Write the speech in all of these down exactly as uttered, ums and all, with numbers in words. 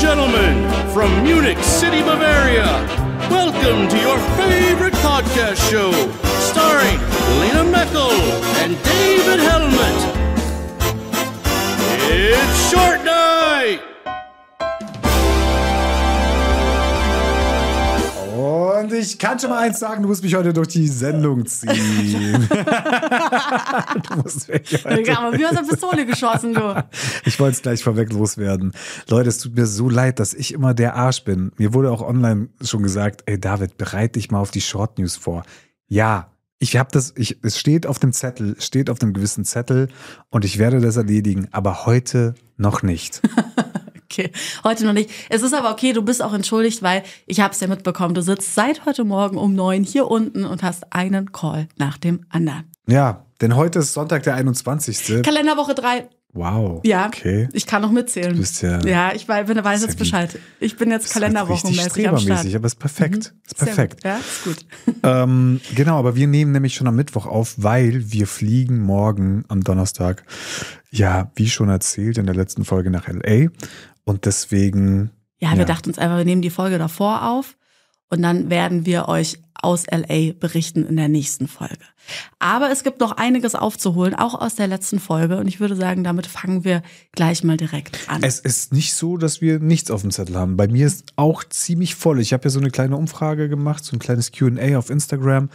gentlemen, from Munich City, Bavaria, welcome to your favorite podcast show, starring Lena Meckel and David Helmet. It's Short Night! Und ich kann schon mal eins sagen, du musst mich heute durch die Sendung ziehen. Du musst mich heute Ja, aber wie aus der Pistole geschossen, du. Ich wollte es gleich vorweg loswerden. Leute, es tut mir so leid, dass ich immer der Arsch bin. Mir wurde auch online schon gesagt, ey David, bereite dich mal auf die Short News vor. Ja, ich habe das, ich, es steht auf dem Zettel, steht auf einem gewissen Zettel und ich werde das erledigen, aber heute noch nicht. Okay, heute noch nicht. Es ist aber okay, du bist auch entschuldigt, weil ich habe es ja mitbekommen. Du sitzt seit heute Morgen um neun hier unten und hast einen Call nach dem anderen. Ja, denn heute ist Sonntag, der einundzwanzigste Kalenderwoche drei. Wow. Ja, okay. Ich kann noch mitzählen. Du bist ja. Ja, ich weiß, bin, weiß jetzt Bescheid. Ich bin jetzt kalenderwochenmäßig am Start. Aber ist perfekt. Mhm. Ist perfekt. Ja, ist gut. ähm, genau, aber wir nehmen nämlich schon am Mittwoch auf, weil wir fliegen morgen am Donnerstag, ja, wie schon erzählt in der letzten Folge, nach L A. Und deswegen. Ja, ja. wir dachten uns einfach, wir nehmen die Folge davor auf und dann werden wir euch aus L A berichten in der nächsten Folge. Aber es gibt noch einiges aufzuholen, auch aus der letzten Folge. Und ich würde sagen, damit fangen wir gleich mal direkt an. Es ist nicht so, dass wir nichts auf dem Zettel haben. Bei mir ist auch ziemlich voll. Ich habe ja so eine kleine Umfrage gemacht, so ein kleines Q and A auf Instagram.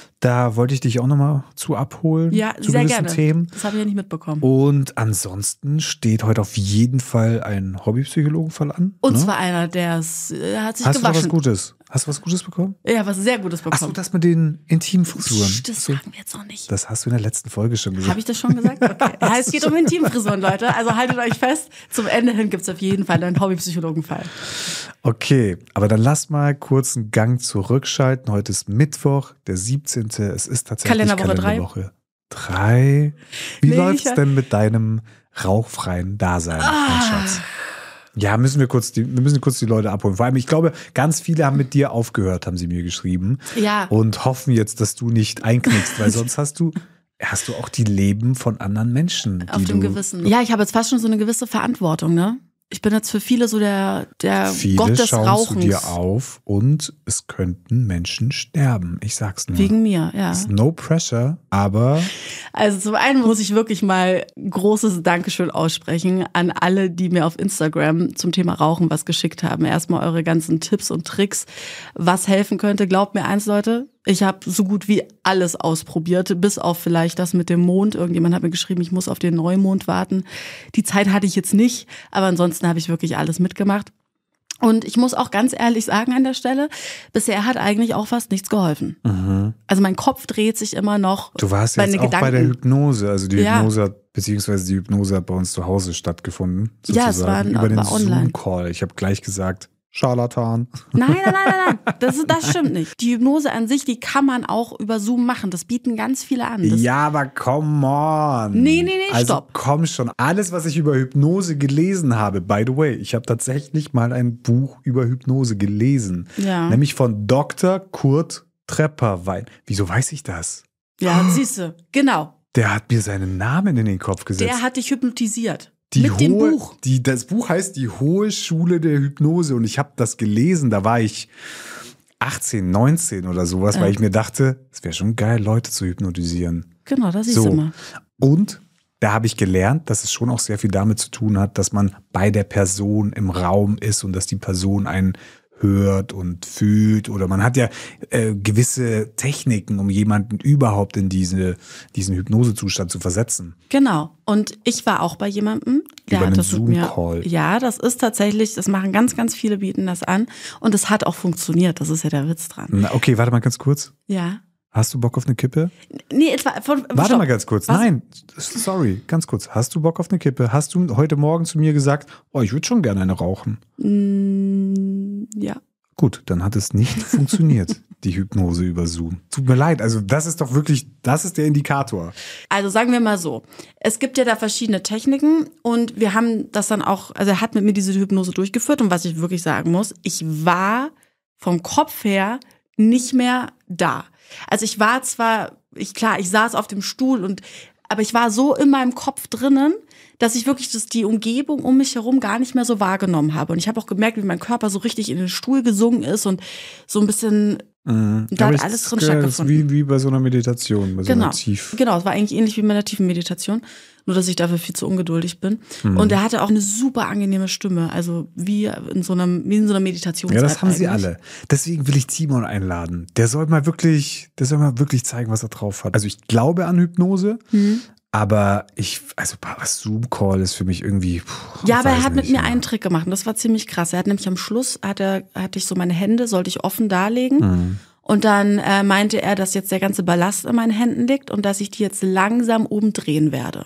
Da wollte ich dich auch nochmal zu abholen. Ja, zu sehr gewissen gerne. Themen. Das habe ich ja nicht mitbekommen. Und ansonsten steht heute auf jeden Fall ein Hobbypsychologenfall an. Und ne? zwar einer, der ist, äh, hat sich Hast gewaschen. du was Gutes? Hast du was Gutes bekommen? Ja, was sehr Gutes bekommen. Ach so, das mit den Intimfrisuren. Psst, das so, sagen wir jetzt noch nicht. das hast du in der letzten Folge schon gesagt. Habe ich das schon gesagt? Okay. Ja, es geht um Intimfrisuren, Leute. Also haltet euch fest. Zum Ende hin gibt es auf jeden Fall einen Hobbypsychologenfall. Okay, aber dann lass mal kurz einen Gang zurückschalten. Heute ist Mittwoch, der siebzehnte Es ist tatsächlich Kalenderwoche drei. Kalenderwoche drei. Wie Nee, läuft's ich- denn mit deinem rauchfreien Dasein, mein Schatz? Ja, müssen wir kurz die, wir müssen kurz die Leute abholen. Vor allem, ich glaube, ganz viele haben mit dir aufgehört, haben sie mir geschrieben. Ja. Und hoffen jetzt, dass du nicht einknickst, weil sonst hast du, hast du auch die Leben von anderen Menschen. Die Auf dem du, Gewissen. Ja, ich habe jetzt fast schon so eine gewisse Verantwortung, ne? Ich bin jetzt für viele so der, der Viele Gott des schauen Rauchens. zu dir auf und es könnten Menschen sterben. Ich sag's nur. Wegen mir, ja. No pressure, aber Also zum einen muss ich wirklich mal großes Dankeschön aussprechen an alle, die mir auf Instagram zum Thema Rauchen was geschickt haben. Erstmal eure ganzen Tipps und Tricks, was helfen könnte. Glaubt mir eins, Leute, ich habe so gut wie alles ausprobiert, bis auf vielleicht das mit dem Mond. Irgendjemand hat mir geschrieben, ich muss auf den Neumond warten. Die Zeit hatte ich jetzt nicht, aber ansonsten habe ich wirklich alles mitgemacht. Und ich muss auch ganz ehrlich sagen an der Stelle, bisher hat eigentlich auch fast nichts geholfen. mhm. Also mein Kopf dreht sich immer noch. du warst meine jetzt auch Gedanken. bei der Hypnose. Also die Ja. Hypnose hat, beziehungsweise die Hypnose hat bei uns zu Hause stattgefunden. Ja, es sozusagen, war- über den war online. Zoom-Call. Ich habe gleich gesagt, Scharlatan. Nein, nein, nein, nein, nein. Das, ist- das stimmt nicht. Die Hypnose an sich, die kann man auch über Zoom machen. Das bieten ganz viele an. Das, Ja, aber come on. Nee, nee, nee, also, stopp. komm schon. Alles, was ich über Hypnose gelesen habe, by the way, ich habe tatsächlich mal ein Buch über Hypnose gelesen. Ja. Nämlich von Doktor Kurt Trepperwein. Wieso weiß ich das? Ja, siehst du. Genau. Der hat mir seinen Namen in den Kopf gesetzt. Der hat dich hypnotisiert. die Mit dem hohe, Buch. Die, das Buch heißt Die Hohe Schule der Hypnose und ich habe das gelesen, da war ich achtzehn, neunzehn oder sowas, Ja. weil ich mir dachte, es wäre schon geil, Leute zu hypnotisieren. Genau, das siehst So. du mal. Und da habe ich gelernt, dass es schon auch sehr viel damit zu tun hat, dass man bei der Person im Raum ist und dass die Person einen hört und fühlt. Oder man hat ja äh, gewisse Techniken, um jemanden überhaupt in diese, diesen Hypnosezustand zu versetzen. Genau. Und ich war auch bei jemandem, der Über hat einen das mit mir. Zoom-Call. Ja, das ist tatsächlich, das machen ganz, ganz viele, bieten das an. Und es hat auch funktioniert. Das ist ja der Witz dran. Na, okay, warte mal ganz kurz. Ja. Hast du Bock auf eine Kippe? Nee, etwa von. Warte stopp. mal ganz kurz. Was? Nein, sorry, ganz kurz. Hast du Bock auf eine Kippe? Hast du heute Morgen zu mir gesagt, oh, ich würde schon gerne eine rauchen? Mm, ja. Gut, dann hat es nicht funktioniert, die Hypnose über Zoom. Tut mir leid, also das ist doch wirklich, das ist der Indikator. Also sagen wir mal so, es gibt ja da verschiedene Techniken und wir haben das dann auch, also er hat mit mir diese Hypnose durchgeführt und was ich wirklich sagen muss, ich war vom Kopf her nicht mehr da. Also ich war zwar, ich klar, ich saß auf dem Stuhl und, aber ich war so in meinem Kopf drinnen, dass ich wirklich das, die Umgebung um mich herum gar nicht mehr so wahrgenommen habe. Und ich habe auch gemerkt, wie mein Körper so richtig in den Stuhl gesungen ist und so ein bisschen, Mhm. da Aber hat ich- alles drin das ist stattgefunden. wie, wie bei so einer Meditation, bei so Genau, einer Tief. genau, es war eigentlich ähnlich wie bei einer tiefen Meditation, nur dass ich dafür viel zu ungeduldig bin. Und er hatte auch eine super angenehme Stimme, also wie in so einer, wie in so einer Meditation. Ja, das haben sie alle. Deswegen will ich Timon einladen. Der soll mal wirklich, der soll mal wirklich zeigen, was er drauf hat. Also ich glaube an Hypnose, Mhm. aber ich, also was Zoom-Call ist für mich irgendwie. Puh, Ja, aber er weiß hat mit nicht, mir ja. einen Trick gemacht und das war ziemlich krass. Er hat nämlich am Schluss, hat er, hatte ich so meine Hände, sollte ich offen darlegen. Mhm. Und dann äh, meinte er, dass jetzt der ganze Ballast in meinen Händen liegt und dass ich die jetzt langsam umdrehen werde.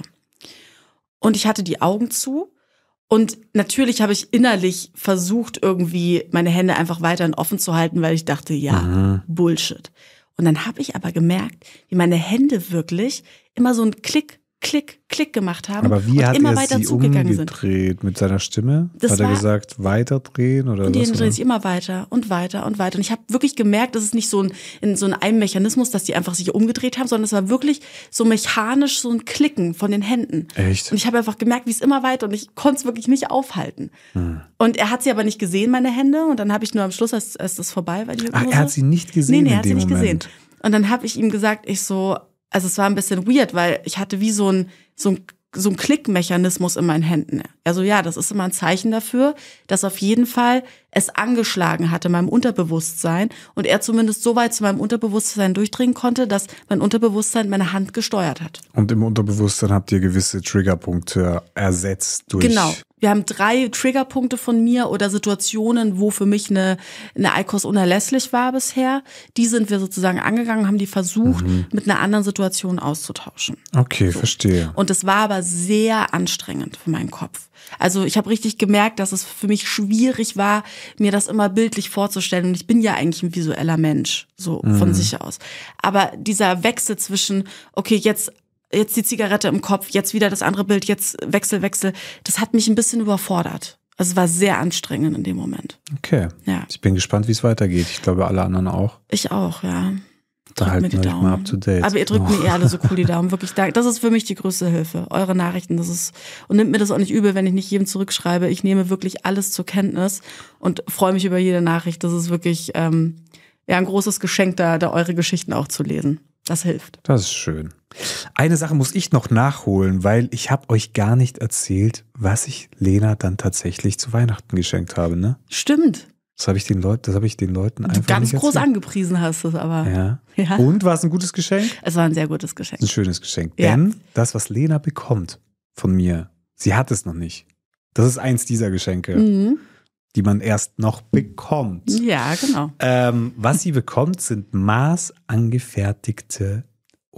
Und ich hatte die Augen zu und natürlich habe ich innerlich versucht, irgendwie meine Hände einfach weiterhin offen zu halten, weil ich dachte, ja, Mhm. Bullshit. Und dann habe ich aber gemerkt, wie meine Hände wirklich immer so einen Klick, Klick, Klick gemacht haben Aber wie und hat immer er weiter sie zugegangen sind. umgedreht mit seiner Stimme? Das hat er war- gesagt, weiterdrehen oder Und die was? Hände oder? drehen sich immer weiter und weiter und weiter. Und ich habe wirklich gemerkt, das ist nicht so ein, in so einem Mechanismus, dass die einfach sich umgedreht haben, sondern es war wirklich so mechanisch so ein Klicken von den Händen. Echt? Und ich habe einfach gemerkt, wie es immer weiter und ich konnte es wirklich nicht aufhalten. Hm. Und er hat sie aber nicht gesehen, meine Hände. Und dann habe ich nur am Schluss, als, als das vorbei war, die Ach, Hypnose- er hat sie nicht gesehen Nee, nee, in er hat sie dem nicht Moment. gesehen. Und dann habe ich ihm gesagt, ich so, also es war ein bisschen weird, weil ich hatte wie so ein, so ein, so ein Klickmechanismus in meinen Händen. Also ja, das ist immer ein Zeichen dafür, dass auf jeden Fall es angeschlagen hatte, meinem Unterbewusstsein. Und er zumindest so weit zu meinem Unterbewusstsein durchdringen konnte, dass mein Unterbewusstsein meine Hand gesteuert hat. Und im Unterbewusstsein habt ihr gewisse Triggerpunkte ersetzt durch. Genau. Wir haben drei Triggerpunkte von mir oder Situationen, wo für mich eine, eine I Q O S unerlässlich war bisher. Die sind wir sozusagen angegangen, haben die versucht, Mhm. mit einer anderen Situation auszutauschen. Okay, verstehe. Und es war aber sehr anstrengend für meinen Kopf. Also ich habe richtig gemerkt, dass es für mich schwierig war, mir das immer bildlich vorzustellen. Und ich bin ja eigentlich ein visueller Mensch, so von sich aus. Aber dieser Wechsel zwischen, okay, jetzt jetzt die Zigarette im Kopf, jetzt wieder das andere Bild, jetzt Wechsel, Wechsel, das hat mich ein bisschen überfordert. Also es war sehr anstrengend in dem Moment. Okay. Ja. Ich bin gespannt, wie es weitergeht. Ich glaube, alle anderen auch. Ich auch, ja. Da Drückt halten mir die wir euch Daumen. mal up to date. Aber ihr drückt Oh. mir eh alle so cool die Daumen. Wirklich, danke. Das ist für mich die größte Hilfe. Eure Nachrichten, das ist, und nimmt mir das auch nicht übel, wenn ich nicht jedem zurückschreibe. Ich nehme wirklich alles zur Kenntnis und freue mich über jede Nachricht. Das ist wirklich ähm, ja ein großes Geschenk, da, da eure Geschichten auch zu lesen. Das hilft. Das ist schön. Eine Sache muss ich noch nachholen, weil ich habe euch gar nicht erzählt, was ich Lena dann tatsächlich zu Weihnachten geschenkt habe. Ne? Stimmt. Das habe ich den Leuten, das habe ich den Leuten Du einfach ganz nicht groß erzählt. angepriesen hast es aber. Ja. Ja. Und war es ein gutes Geschenk? Es war ein sehr gutes Geschenk. Ein schönes Geschenk. Ja. Denn das, was Lena bekommt von mir, sie hat es noch nicht. Das ist eins dieser Geschenke, Mhm. die man erst noch bekommt. Ja, genau. Ähm, was sie bekommt, sind maßangefertigte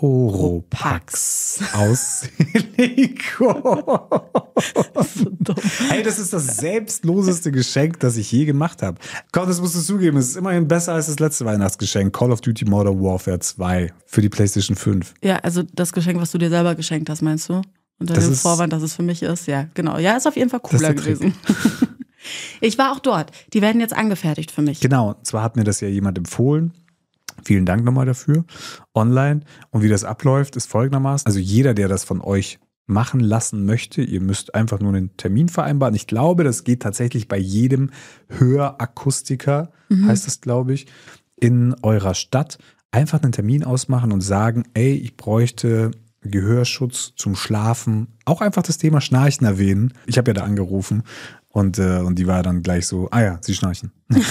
Oropax aus Silikon. So dumm. Hey, das ist das selbstloseste Geschenk, das ich je gemacht habe. Komm, das musst du zugeben, es ist immerhin besser als das letzte Weihnachtsgeschenk. Call of Duty Modern Warfare zwei für die PlayStation fünf. Ja, also das Geschenk, was du dir selber geschenkt hast, meinst du? Unter Das dem ist- Vorwand, dass es für mich ist. Ja, genau. Ja, ist auf jeden Fall Das ist cooler der Trick. gewesen. Ich war auch dort. Die werden jetzt angefertigt für mich. Genau, und zwar hat mir das ja jemand empfohlen. Vielen Dank nochmal dafür. Online. Und wie das abläuft, ist folgendermaßen. Also jeder, der das von euch machen lassen möchte, ihr müsst einfach nur einen Termin vereinbaren. Ich glaube, das geht tatsächlich bei jedem Hörakustiker, heißt das, glaube ich, in eurer Stadt. Einfach einen Termin ausmachen und sagen, ey, ich bräuchte Gehörschutz zum Schlafen. Auch einfach das Thema Schnarchen erwähnen. Ich habe ja da angerufen und, äh, und die war dann gleich so, ah ja, sie schnarchen.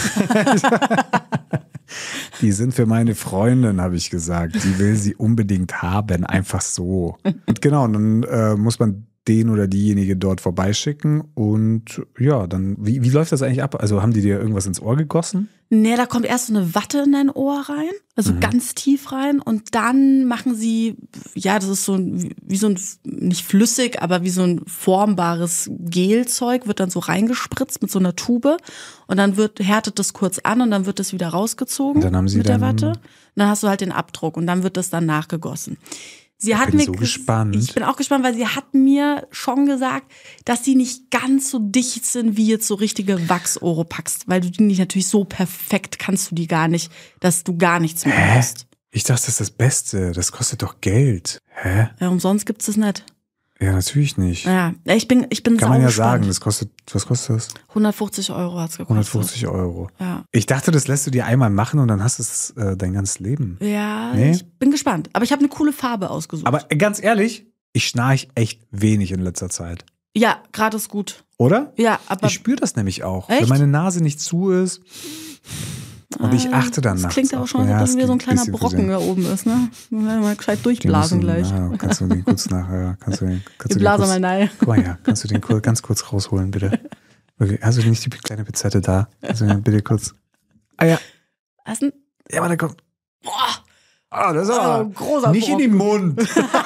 Die sind für meine Freundin, habe ich gesagt. Die will sie unbedingt haben, einfach so. Und genau, und dann äh, muss man den oder diejenige dort vorbeischicken und ja, dann, wie, wie läuft das eigentlich ab? Also haben die dir irgendwas ins Ohr gegossen? Nee, da kommt erst so eine Watte in dein Ohr rein, also ganz tief rein und dann machen sie, ja, das ist so ein, wie so ein, nicht flüssig, aber wie so ein formbares Gelzeug, wird dann so reingespritzt mit so einer Tube und dann wird, härtet das kurz an und dann wird das wieder rausgezogen Und dann haben sie mit der dann- Watte. Und dann hast du halt den Abdruck und dann wird das dann nachgegossen. Sie hat bin mir so ges- gespannt. Ich bin auch gespannt, weil sie hat mir schon gesagt, dass die nicht ganz so dicht sind wie jetzt so richtige Wachs-Oropax, weil du die nicht natürlich so perfekt kannst du die gar nicht, dass du gar nichts mehr Hä? hast. Ich dachte, das ist das Beste. Das kostet doch Geld. Hä? Ja, umsonst gibt's es nicht. Ja, natürlich nicht. Ja, ich bin, ich bin Kann man ja saugespannt. sagen, das kostet, was kostet das? hundertfünfzig Euro hat's gekostet. hundertfünfzig Euro. Ja. Ich dachte, das lässt du dir einmal machen und dann hast du es äh, dein ganzes Leben. Ja, Nee? ich bin gespannt. Aber ich habe eine coole Farbe ausgesucht. Aber ganz ehrlich, ich schnarch echt wenig in letzter Zeit. ja, gerade ist gut. Oder? Ja, aber Ich spüre das nämlich auch. Echt? Wenn meine Nase nicht zu ist und ich Ah, achte dann das nachts klingt aber auch. schon, als Ja, ob es da wie so ein klingt kleiner bisschen Brocken da oben ist, ne? Mal gescheit Die durchblasen müssen- gleich. Ja, kannst du den kurz nachher, kannst du den, kannst Die du den Blase kurz, mal nein. guck mal her, kannst du den kur- ganz kurz rausholen, bitte? Okay, hast du nicht die kleine Pizette da? Also bitte kurz. Ah ja, Was denn? ja, warte, komm. Boah, Ah, das ist oh, aber großer nicht in den Mund.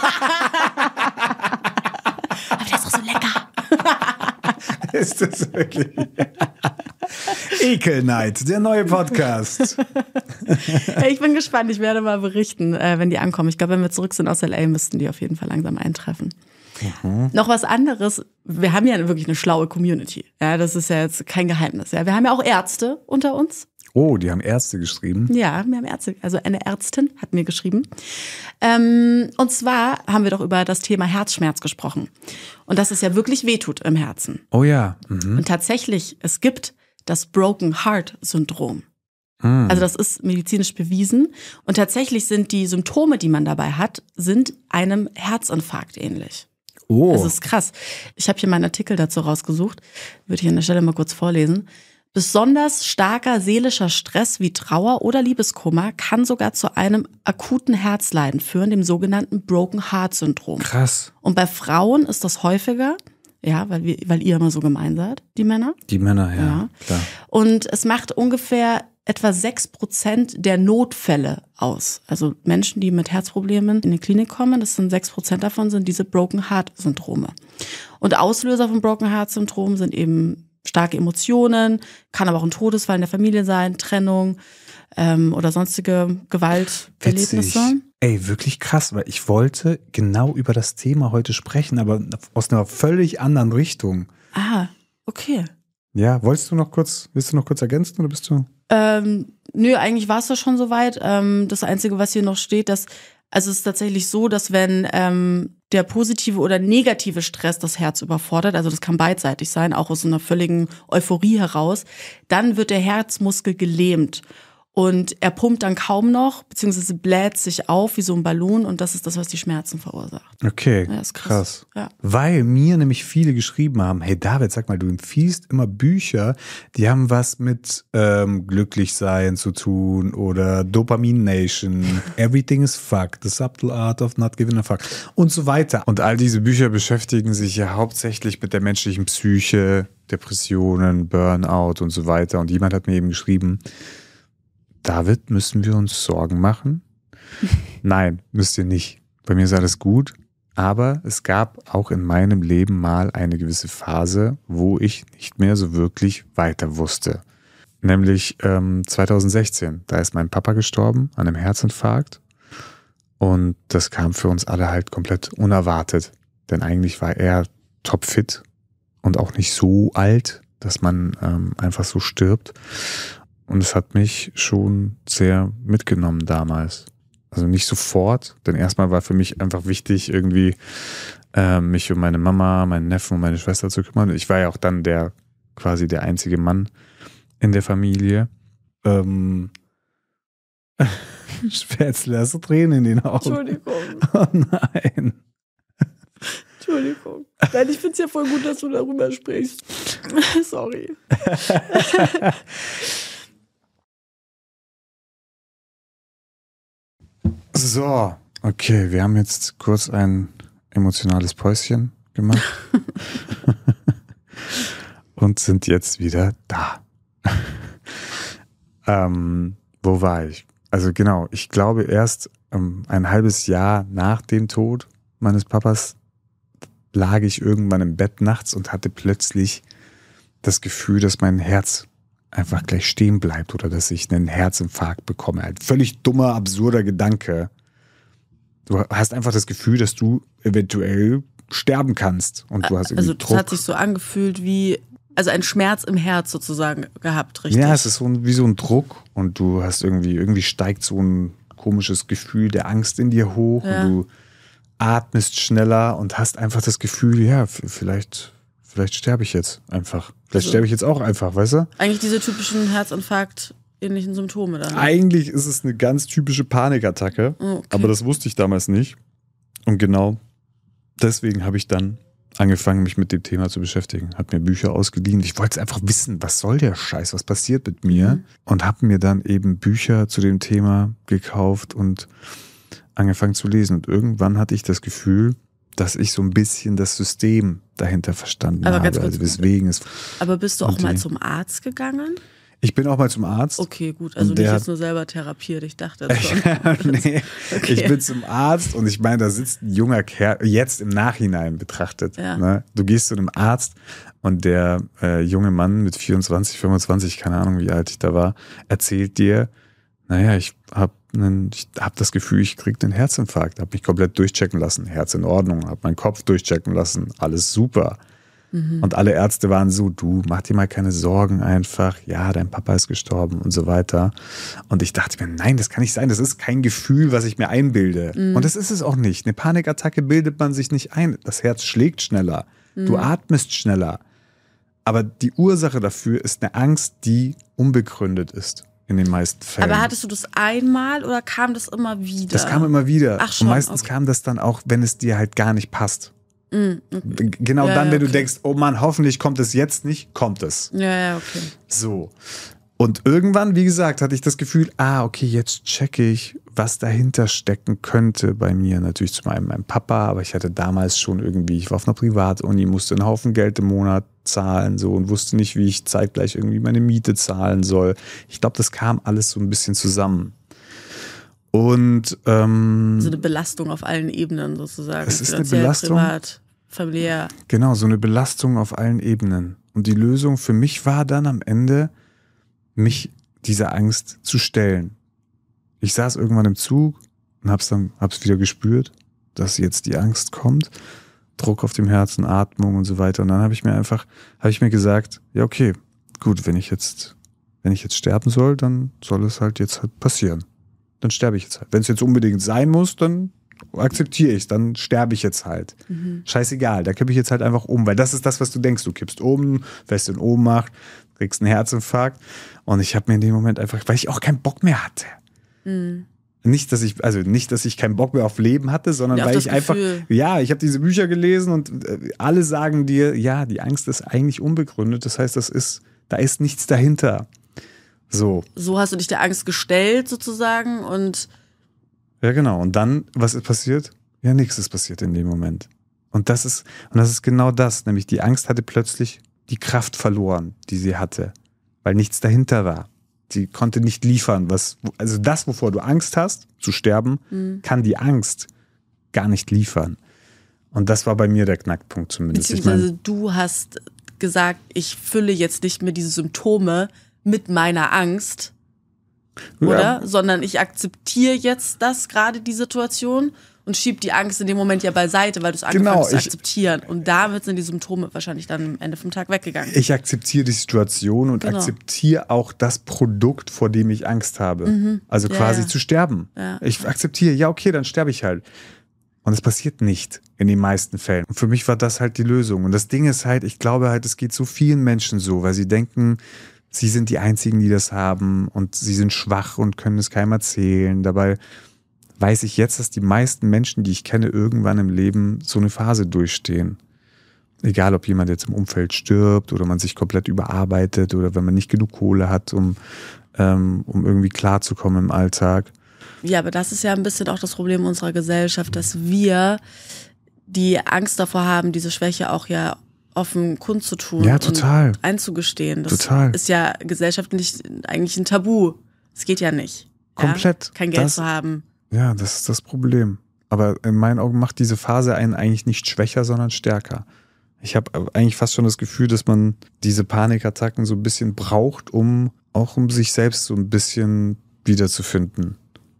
aber der ist doch so lecker. Ist das wirklich? Ekelnight, der neue Podcast. Hey, ich bin gespannt. Ich werde mal berichten, äh, wenn die ankommen. Ich glaube, wenn wir zurück sind aus L A, müssten die auf jeden Fall langsam eintreffen. Mhm. Noch was anderes. Wir haben ja wirklich eine schlaue Community. Ja, das ist ja jetzt kein Geheimnis. Ja, wir haben ja auch Ärzte unter uns. Oh, die haben Ärzte geschrieben. Ja, wir haben Ärzte. Also eine Ärztin hat mir geschrieben. Ähm, und zwar haben wir doch über das Thema Herzschmerz gesprochen. Und dass es ja wirklich wehtut im Herzen. Oh ja. Mhm. Und tatsächlich, es gibt das Broken Heart Syndrom. Mhm. Also das ist medizinisch bewiesen. Und tatsächlich sind die Symptome, die man dabei hat, sind einem Herzinfarkt ähnlich. Oh. Das ist krass. Ich habe hier meinen Artikel dazu rausgesucht. Würde ich an der Stelle mal kurz vorlesen. Besonders starker seelischer Stress wie Trauer oder Liebeskummer kann sogar zu einem akuten Herzleiden führen, dem sogenannten Broken Heart Syndrom. Krass. Und bei Frauen ist das häufiger, ja, weil, wir, weil ihr immer so gemein seid, die Männer. Die Männer, ja, Ja. klar. Und es macht ungefähr etwa sechs Prozent der Notfälle aus. Also Menschen, die mit Herzproblemen in die Klinik kommen, das sind sechs Prozent davon, sind diese Broken Heart Syndrome. Und Auslöser von Broken Heart Syndrom sind eben starke Emotionen, kann aber auch ein Todesfall in der Familie sein, Trennung ähm, oder sonstige Gewalterlebnisse. Witzig. Ey, wirklich krass, weil ich wollte genau über das Thema heute sprechen, aber aus einer völlig anderen Richtung. Ah, okay. Ja, wolltest du noch kurz, willst du noch kurz ergänzen oder bist du? Ähm, nö, eigentlich war es das schon soweit. Ähm, das Einzige, was hier noch steht, dass, also es ist tatsächlich so, dass wenn ähm, der positive oder negative Stress das Herz überfordert, also das kann beidseitig sein, auch aus so einer völligen Euphorie heraus, dann wird der Herzmuskel gelähmt. Und er pumpt dann kaum noch, beziehungsweise bläht sich auf wie so ein Ballon und das ist das, was die Schmerzen verursacht. Okay, Ja, ist krass. krass. Ja. Weil mir nämlich viele geschrieben haben, hey David, sag mal, du empfiehlst immer Bücher, die haben was mit ähm, Glücklichsein zu tun oder Dopamin Nation, Everything is Fuck, The Subtle Art of Not Giving a Fuck und so weiter. Und all diese Bücher beschäftigen sich ja hauptsächlich mit der menschlichen Psyche, Depressionen, Burnout und so weiter. Und jemand hat mir eben geschrieben, David, müssen wir uns Sorgen machen? Nein, müsst ihr nicht. Bei mir ist alles gut. Aber es gab auch in meinem Leben mal eine gewisse Phase, wo ich nicht mehr so wirklich weiter wusste. Nämlich ähm, zwanzig sechzehn. Da ist mein Papa gestorben an einem Herzinfarkt. Und das kam für uns alle halt komplett unerwartet. Denn eigentlich war er topfit und auch nicht so alt, dass man ähm, einfach so stirbt. Und es hat mich schon sehr mitgenommen damals. Also nicht sofort, denn erstmal war für mich einfach wichtig, irgendwie äh, mich um meine Mama, meinen Neffen und meine Schwester zu kümmern. Ich war ja auch dann der quasi der einzige Mann in der Familie. Ähm, Spätzle, hast du Tränen in den Augen? Entschuldigung. Oh nein. Entschuldigung. Nein, ich finde es ja voll gut, dass du darüber sprichst. Sorry. So, okay, wir haben jetzt kurz ein emotionales Päuschen gemacht und sind jetzt wieder da. ähm, wo war ich? Also genau, ich glaube erst ähm, ein halbes Jahr nach dem Tod meines Papas lag ich irgendwann im Bett nachts und hatte plötzlich das Gefühl, dass mein Herz einfach gleich stehen bleibt oder dass ich einen Herzinfarkt bekomme. Ein völlig dummer, absurder Gedanke. Du hast einfach das Gefühl, dass du eventuell sterben kannst und du hast irgendwie Also das Druck. hat sich so angefühlt wie, also ein Schmerz im Herz sozusagen gehabt, richtig? Ja, es ist so ein, wie so ein Druck und du hast irgendwie, irgendwie steigt so ein komisches Gefühl der Angst in dir hoch Ja. und du atmest schneller und hast einfach das Gefühl, ja, vielleicht, vielleicht sterbe ich jetzt einfach. Vielleicht Also- sterbe ich jetzt auch einfach, weißt du? Eigentlich diese typischen Herzinfarkt-ähnlichen Symptome dann. Eigentlich ist es eine ganz typische Panikattacke, Okay. aber das wusste ich damals nicht. Und genau deswegen habe ich dann angefangen, mich mit dem Thema zu beschäftigen. Habe mir Bücher ausgeliehen. Ich wollte einfach wissen, was soll der Scheiß, was passiert mit mir? Mhm. Und habe mir dann eben Bücher zu dem Thema gekauft und angefangen zu lesen. Und irgendwann hatte ich das Gefühl, dass ich so ein bisschen das System dahinter verstanden Aber habe. ganz kurz- Also weswegen es. Aber bist du auch Und mal die- zum Arzt gegangen? Ich bin auch mal zum Arzt. Okay, gut. Also Und der nicht hat- jetzt nur selber therapiert. Ich dachte jetzt schon. nee, Okay. ich bin zum Arzt und ich meine, da sitzt ein junger Kerl, jetzt im Nachhinein betrachtet. Ja. Ne? Du gehst zu einem Arzt und der äh, junge Mann mit vierundzwanzig, fünfundzwanzig, keine Ahnung, wie alt ich da war, erzählt dir, naja, ich habe ich hab das Gefühl, ich krieg einen Herzinfarkt, habe mich komplett durchchecken lassen, Herz in Ordnung, habe meinen Kopf durchchecken lassen, alles super. Mhm. Und alle Ärzte waren so, du, mach dir mal keine Sorgen einfach. Ja, dein Papa ist gestorben und so weiter. Und ich dachte mir, nein, das kann nicht sein. Das ist kein Gefühl, was ich mir einbilde. Mhm. Und das ist es auch nicht. Eine Panikattacke bildet man sich nicht ein. Das Herz schlägt schneller. Mhm. Du atmest schneller. Aber die Ursache dafür ist eine Angst, die unbegründet ist. In den meisten Fällen. Aber hattest du das einmal oder kam das immer wieder? Das kam immer wieder. Ach schon, und meistens okay. kam das dann auch, wenn es dir halt gar nicht passt. Mhm, okay. Genau Ja, dann, ja, wenn du okay. denkst, oh Mann, hoffentlich kommt es jetzt nicht, kommt es. Ja, ja, okay. So. Und irgendwann, wie gesagt, hatte ich das Gefühl, ah, okay, jetzt checke ich, was dahinter stecken könnte bei mir. Natürlich zum einen mein Papa, aber ich hatte damals schon irgendwie, ich war auf einer Privatuni, musste einen Haufen Geld im Monat zahlen so und wusste nicht, wie ich zeitgleich irgendwie meine Miete zahlen soll. Ich glaube, das kam alles so ein bisschen zusammen. Und ähm, So eine Belastung auf allen Ebenen sozusagen. Es ist eine Finanziell, Belastung. privat, familiär. Genau, so eine Belastung auf allen Ebenen. Und die Lösung für mich war dann am Ende, mich dieser Angst zu stellen. Ich saß irgendwann im Zug und hab's dann hab's wieder gespürt, dass jetzt die Angst kommt. Druck auf dem Herzen, Atmung und so weiter. Und dann habe ich mir einfach, habe ich mir gesagt, ja okay, gut, wenn ich jetzt, wenn ich jetzt sterben soll, dann soll es halt jetzt halt passieren. Dann sterbe ich jetzt halt. Wenn es jetzt unbedingt sein muss, dann akzeptiere ich es, dann sterbe ich jetzt halt. Mhm. Scheißegal, da kippe ich jetzt halt einfach um, weil das ist das, was du denkst. Du kippst um, fällst in Ohnmacht, kriegst einen Herzinfarkt. Und ich habe mir in dem Moment einfach, weil ich auch keinen Bock mehr hatte. Mhm. Nicht, dass ich, also nicht, dass ich keinen Bock mehr auf Leben hatte, sondern Ja, auf weil das ich einfach, Gefühl. ja, ich habe diese Bücher gelesen und äh, alle sagen dir, ja, die Angst ist eigentlich unbegründet. Das heißt, das ist, da ist nichts dahinter. So. So hast du dich der Angst gestellt sozusagen und Ja, genau. Und dann, was ist passiert? Ja, nichts ist passiert in dem Moment. Und das ist, und das ist genau das, nämlich die Angst hatte plötzlich die Kraft verloren, die sie hatte, weil nichts dahinter war. Sie konnte nicht liefern, was, also das, wovor du Angst hast, zu sterben, Mhm. kann die Angst gar nicht liefern. Und das war bei mir der Knackpunkt zumindest. Ich meine, beziehungsweise du hast gesagt, ich fülle jetzt nicht mehr diese Symptome mit meiner Angst, oder? ja, Sondern ich akzeptiere jetzt das, gerade die Situation und schieb die Angst in dem Moment ja beiseite, weil du es angefangen Genau, hast zu ich- akzeptieren. Und damit sind die Symptome wahrscheinlich dann am Ende vom Tag weggegangen. ich akzeptiere die Situation und Genau. akzeptiere auch das Produkt, vor dem ich Angst habe. Also Ja, quasi ja. zu sterben. Ja. Ich akzeptiere, ja, okay, dann sterbe ich halt. Und es passiert nicht in den meisten Fällen. Und für mich war das halt die Lösung. Und das Ding ist halt, ich glaube halt, es geht so vielen Menschen so, weil sie denken, sie sind die Einzigen, die das haben und sie sind schwach und können es keinem erzählen. Dabei weiß ich jetzt, dass die meisten Menschen, die ich kenne, irgendwann im Leben so eine Phase durchstehen. Egal, ob jemand jetzt im Umfeld stirbt oder man sich komplett überarbeitet oder wenn man nicht genug Kohle hat, um, ähm, um irgendwie klarzukommen im Alltag. Ja, aber das ist ja ein bisschen auch das Problem unserer Gesellschaft, dass wir die Angst davor haben, diese Schwäche auch ja offen kundzutun Ja, total. und einzugestehen. Das Total. ist ja gesellschaftlich eigentlich ein Tabu. Es geht ja nicht. Komplett. Ja? Kein Geld Das- zu haben. Ja, das ist das Problem. Aber in meinen Augen macht diese Phase einen eigentlich nicht schwächer, sondern stärker. Ich habe eigentlich fast schon das Gefühl, dass man diese Panikattacken so ein bisschen braucht, um auch um sich selbst so ein bisschen wiederzufinden.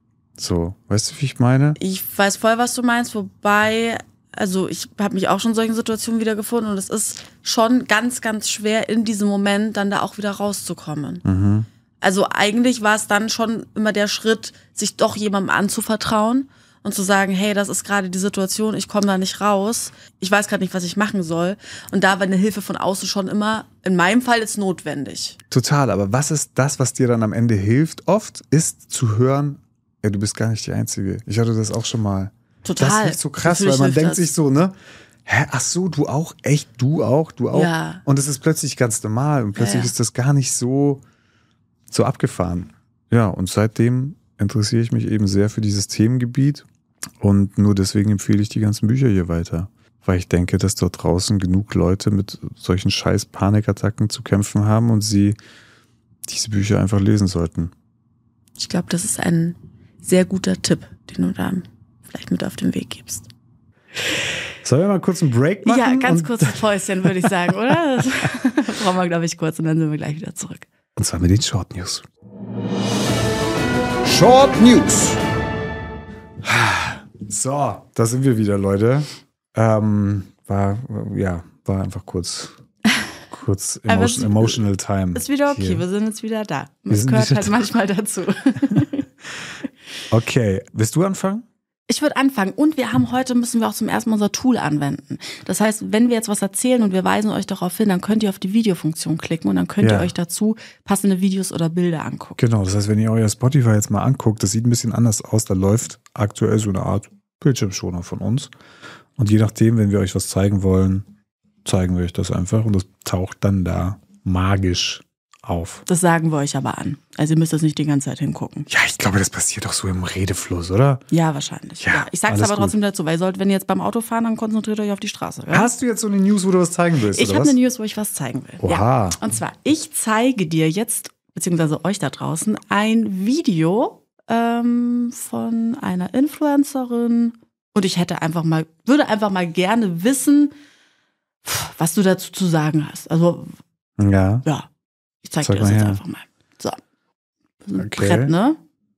So, weißt du, wie ich meine? Ich weiß voll, was du meinst, wobei, also ich habe mich auch schon in solchen Situationen wiedergefunden und es ist schon ganz, ganz schwer, in diesem Moment dann da auch wieder rauszukommen. Mhm. Also eigentlich war es dann schon immer der Schritt, sich doch jemandem anzuvertrauen und zu sagen, hey, das ist gerade die Situation, ich komme da nicht raus, ich weiß gerade nicht, was ich machen soll. Und da war eine Hilfe von außen schon immer, in meinem Fall ist notwendig. Total, aber was ist das, was dir dann am Ende hilft? Oft ist zu hören, ey, du bist gar nicht die Einzige. Ich hatte das auch schon mal. Total. Das ist so krass, Natürlich weil man hilft denkt das. sich so, ne? Hä, ach so, du auch? Echt? Du auch? Du auch? Ja. Und es ist plötzlich ganz normal und plötzlich Ja, ja. ist das gar nicht so, so abgefahren. Ja, und seitdem interessiere ich mich eben sehr für dieses Themengebiet und nur deswegen empfehle ich die ganzen Bücher hier weiter. Weil ich denke, dass dort draußen genug Leute mit solchen scheiß Panikattacken zu kämpfen haben und sie diese Bücher einfach lesen sollten. Ich glaube, das ist ein sehr guter Tipp, den du da vielleicht mit auf den Weg gibst. Sollen wir mal kurz einen Break machen? Ja, ganz und, kurzes Päuschen, würde ich sagen, oder? Das brauchen wir, glaube ich, kurz und dann sind wir gleich wieder zurück. Und zwar mit den Short News. Short News. So, da sind wir wieder, Leute. Ähm, war, ja, war einfach kurz, kurz Aber emotion, es- emotional time. Ist wieder okay, hier. wir sind jetzt wieder da. Wir Das sind gehört wieder halt da. manchmal dazu. Okay, willst du anfangen? Ich würde anfangen und wir haben heute, müssen wir auch zum ersten Mal unser Tool anwenden. Das heißt, wenn wir jetzt was erzählen und wir weisen euch darauf hin, dann könnt ihr auf die Videofunktion klicken und dann könnt Ja. ihr euch dazu passende Videos oder Bilder angucken. Genau, das heißt, wenn ihr euer Spotify jetzt mal anguckt, das sieht ein bisschen anders aus. Da läuft aktuell so eine Art Bildschirmschoner von uns. Und je nachdem, wenn wir euch was zeigen wollen, zeigen wir euch das einfach und das taucht dann da magisch auf. Das sagen wir euch aber an. Also ihr müsst jetzt nicht die ganze Zeit hingucken. Ja, ich glaube, das passiert doch so im Redefluss, oder? Ja, wahrscheinlich. Ja, Ja, ich sag's alles aber gut. trotzdem dazu, weil ihr sollt, wenn ihr jetzt beim Auto fahren, dann konzentriert euch auf die Straße. Ja? Hast du jetzt so eine News, wo du was zeigen willst, Ich oder habe was? eine News, wo ich was zeigen will. Oha. Ja. Und zwar, ich zeige dir jetzt, beziehungsweise euch da draußen, ein Video ähm, von einer Influencerin. Und ich hätte einfach mal, würde einfach mal gerne wissen, was du dazu zu sagen hast. Also, Ja. ja, ich zeige Zeig dir das mal jetzt her. einfach mal. So. Das ist ein Okay. Brett, ne?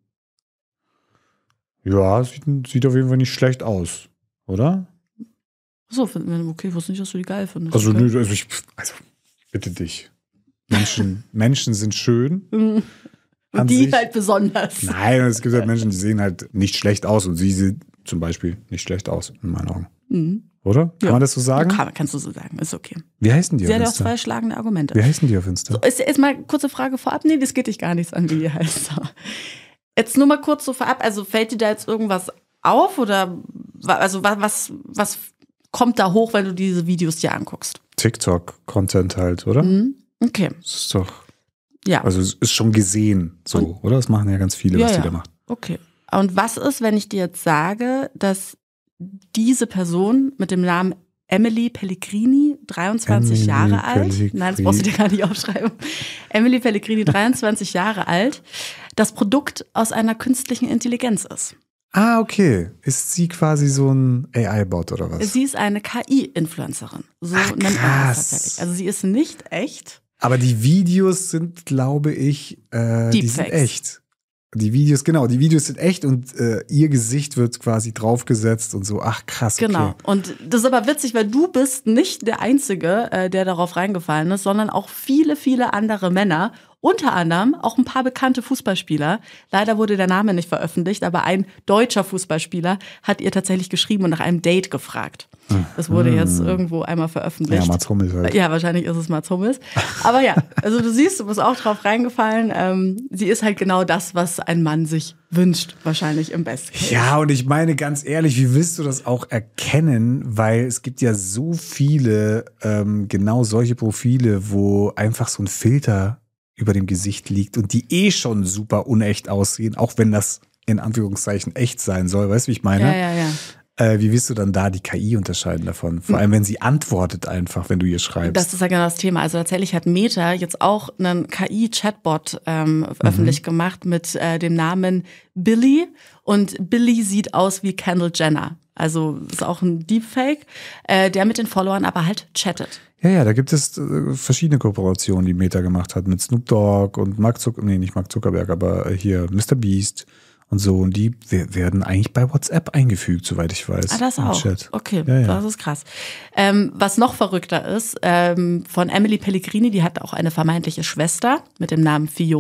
Ja, sieht, sieht auf jeden Fall nicht schlecht aus, oder? Achso, okay, ich wusste nicht, dass du die geil findest. Also, okay. nö, also ich, also, ich bitte dich. Menschen, Menschen sind schön. Und an die sich. halt besonders. Nein, es gibt halt Menschen, die sehen halt nicht schlecht aus und sie sieht zum Beispiel nicht schlecht aus, in meinen Augen. Mhm. Oder? Kann Ja. man das so sagen? Kann, kannst du so sagen, ist okay. Wie heißen die Sie auf hat ja auch Insta? zwei schlagende Argumente. Wie heißen die auf Insta? So, ist, ist mal kurze Frage vorab. Nee, das geht dich gar nichts an, wie die heißt. So. Jetzt nur mal kurz so vorab. Also fällt dir da jetzt irgendwas auf oder wa- also wa- was, was kommt da hoch, wenn du diese Videos dir anguckst? TikTok-Content halt, oder? Mhm. Okay, Das ist doch, ja. also es ist schon gesehen so, oder? Das machen ja ganz viele, Ja, was die ja. da machen. Okay. Und was ist, wenn ich dir jetzt sage, dass diese Person mit dem Namen Emily Pellegrini, dreiundzwanzig Emily Jahre alt, Pellegrini. nein, das brauchst du dir gar nicht aufschreiben, Emily Pellegrini, dreiundzwanzig Jahre alt, das Produkt aus einer künstlichen Intelligenz ist. Ah, okay. Ist sie quasi so ein A I-Bot oder was? Sie ist eine K I-Influencerin. So Ach, nennt man krass. das tatsächlich. Also sie ist nicht echt. Aber die Videos sind, glaube ich, äh, die sind Deepfakes. echt. Die Videos, genau, die Videos sind echt und äh, ihr Gesicht wird quasi draufgesetzt und so. Ach, krass, okay. Genau. Und das ist aber witzig, weil du bist nicht der Einzige, äh, der darauf reingefallen ist, sondern auch viele, viele andere Männer. Unter anderem auch ein paar bekannte Fußballspieler. Leider wurde der Name nicht veröffentlicht, aber ein deutscher Fußballspieler hat ihr tatsächlich geschrieben und nach einem Date gefragt. Das wurde jetzt irgendwo einmal veröffentlicht. Ja, Mats Hummels halt. Ja, wahrscheinlich ist es Mats Hummels. Aber ja, also du siehst, du bist auch drauf reingefallen. Ähm, sie ist halt genau das, was ein Mann sich wünscht, wahrscheinlich im besten Fall. Ja, und ich meine ganz ehrlich, wie willst du das auch erkennen? Weil es gibt ja so viele ähm, genau solche Profile, wo einfach so ein Filter über dem Gesicht liegt und die eh schon super unecht aussehen, auch wenn das in Anführungszeichen echt sein soll. Weißt du, wie ich meine? Ja, ja, ja. Äh, wie willst du dann da die K I unterscheiden davon? Vor allem, wenn sie antwortet einfach, wenn du ihr schreibst. Das ist ja genau das Thema. Also tatsächlich hat Meta jetzt auch einen K I-Chatbot ähm, öffentlich gemacht mit äh, dem Namen Billy. Und Billy sieht aus wie Kendall Jenner. Also ist auch ein Deepfake, äh, der mit den Followern aber halt chattet. Ja, ja, da gibt es äh, verschiedene Kooperationen, die Meta gemacht hat mit Snoop Dogg und Mark Zuckerberg, nee, nicht Mark Zuckerberg, aber äh, hier Mister Beast und so. Und die we- werden eigentlich bei WhatsApp eingefügt, soweit ich weiß. Ah, das im auch. Chat. Okay, Ja, ja. das ist krass. Ähm, was noch verrückter ist, ähm, von Emily Pellegrini, die hat auch eine vermeintliche Schwester mit dem Namen Fiona.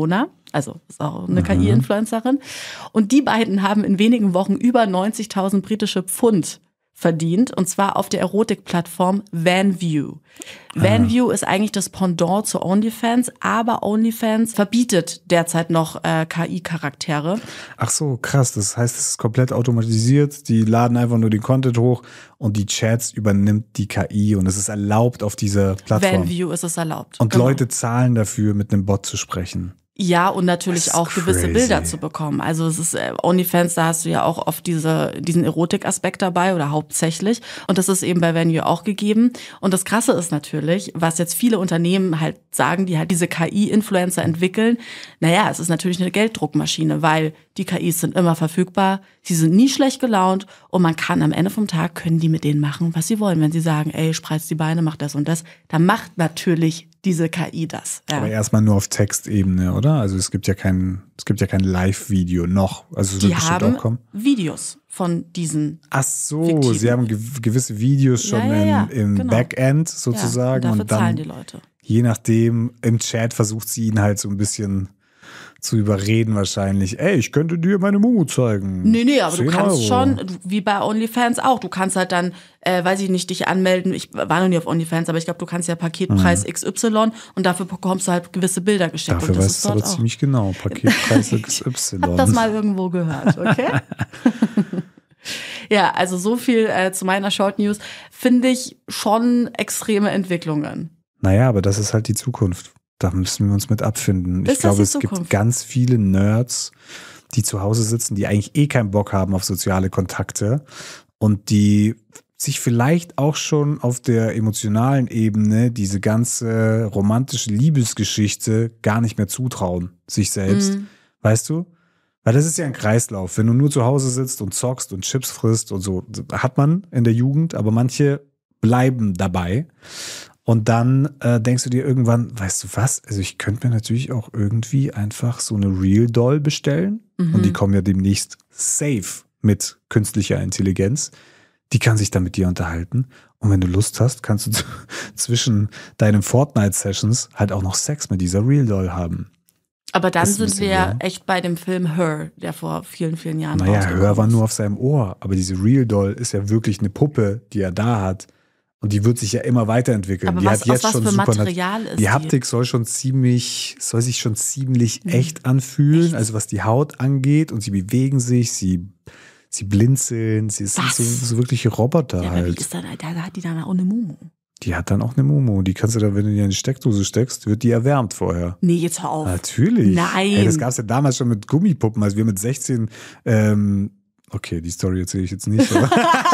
Also ist auch eine mhm. K I-Influencerin. Und die beiden haben in wenigen Wochen über neunzigtausend britische Pfund verdient, und zwar auf der Erotikplattform Vanview. Ah. Vanview ist eigentlich das Pendant zu OnlyFans, aber OnlyFans verbietet derzeit noch äh, K I-Charaktere. Ach so, krass. Das heißt, es ist komplett automatisiert. Die laden einfach nur den Content hoch und die Chats übernimmt die K I und es ist erlaubt auf dieser Plattform. Vanview ist es erlaubt. Und genau. Leute zahlen dafür, mit einem Bot zu sprechen. Ja, und natürlich auch gewisse crazy. Bilder zu bekommen. Also es ist äh, OnlyFans, da hast du ja auch oft diese, diesen Erotikaspekt dabei oder hauptsächlich. Und das ist eben bei Vanview auch gegeben. Und das Krasse ist natürlich, was jetzt viele Unternehmen halt sagen, die halt diese K I-Influencer entwickeln. Naja, es ist natürlich eine Gelddruckmaschine, weil die K Is sind immer verfügbar, sie sind nie schlecht gelaunt und man kann am Ende vom Tag, können die mit denen machen, was sie wollen. Wenn sie sagen, ey, spreiz die Beine, mach das und das, dann macht natürlich diese K I das. Ja. Aber erstmal nur auf Textebene, oder? Also es gibt ja kein, es gibt ja kein Live-Video noch. Also es die wird bestimmt haben auch kommen. Videos von diesen. Ach so, fiktiven. sie haben gew- gewisse Videos schon ja, ja, ja, im, im genau. Backend sozusagen. Ja, und dafür und dann, zahlen die Leute. Je nachdem, im Chat versucht sie ihn halt so ein bisschen zu überreden wahrscheinlich. Ey, ich könnte dir meine Mumu zeigen. Nee, nee, aber du kannst Euro. schon, wie bei OnlyFans auch, du kannst halt dann, äh, weiß ich nicht, dich anmelden. Ich war noch nie auf OnlyFans, aber ich glaube, du kannst ja Paketpreis mhm. X Y und dafür bekommst du halt gewisse Bilder geschickt. Dafür und das weißt ist du aber dort auch. ziemlich genau. Paketpreis X Y. Ich hab das mal irgendwo gehört, okay? Ja, also so viel äh, zu meiner Short News. Finde ich schon extreme Entwicklungen. Naja, aber das ist halt die Zukunft. Da müssen wir uns mit abfinden. Ist ich glaube, es Zukunft? gibt ganz viele Nerds, die zu Hause sitzen, die eigentlich eh keinen Bock haben auf soziale Kontakte und die sich vielleicht auch schon auf der emotionalen Ebene diese ganze romantische Liebesgeschichte gar nicht mehr zutrauen, sich selbst. Mhm. Weißt du? Weil das ist ja ein Kreislauf. Wenn du nur zu Hause sitzt und zockst und Chips frisst und so, hat man in der Jugend, aber manche bleiben dabei. Und dann äh, denkst du dir irgendwann, weißt du was, also ich könnte mir natürlich auch irgendwie einfach so eine Real Doll bestellen. Mhm. Und die kommen ja demnächst safe mit künstlicher Intelligenz. Die kann sich dann mit dir unterhalten. Und wenn du Lust hast, kannst du z- zwischen deinen Fortnite-Sessions halt auch noch Sex mit dieser Real Doll haben. Aber dann Ist ein sind bisschen wir ja so. echt bei dem Film Her, der vor vielen, vielen Jahren Naja, rausgekommen Hör war ist. nur auf seinem Ohr. Aber diese Real Doll ist ja wirklich eine Puppe, die er da hat. Und die wird sich ja immer weiterentwickeln. Aber die was, hat jetzt aus was schon für super Material ist Die die? Haptik soll schon ziemlich, soll sich schon ziemlich Mhm. echt anfühlen. Echt? Also was die Haut angeht. Und sie bewegen sich, sie, sie blinzeln. Sie sind Was? so, so wirkliche Roboter Ja, aber wie halt. ist dann, da hat die dann auch eine Mumu. Die hat dann auch eine Momo. Die kannst du dann, wenn du die in die Steckdose steckst, wird die erwärmt vorher. Nee, jetzt hör auf. Natürlich. Nein. Ey, das gab es ja damals schon mit Gummipuppen, als wir mit sechzehn, ähm, okay, die Story erzähle ich jetzt nicht. Aber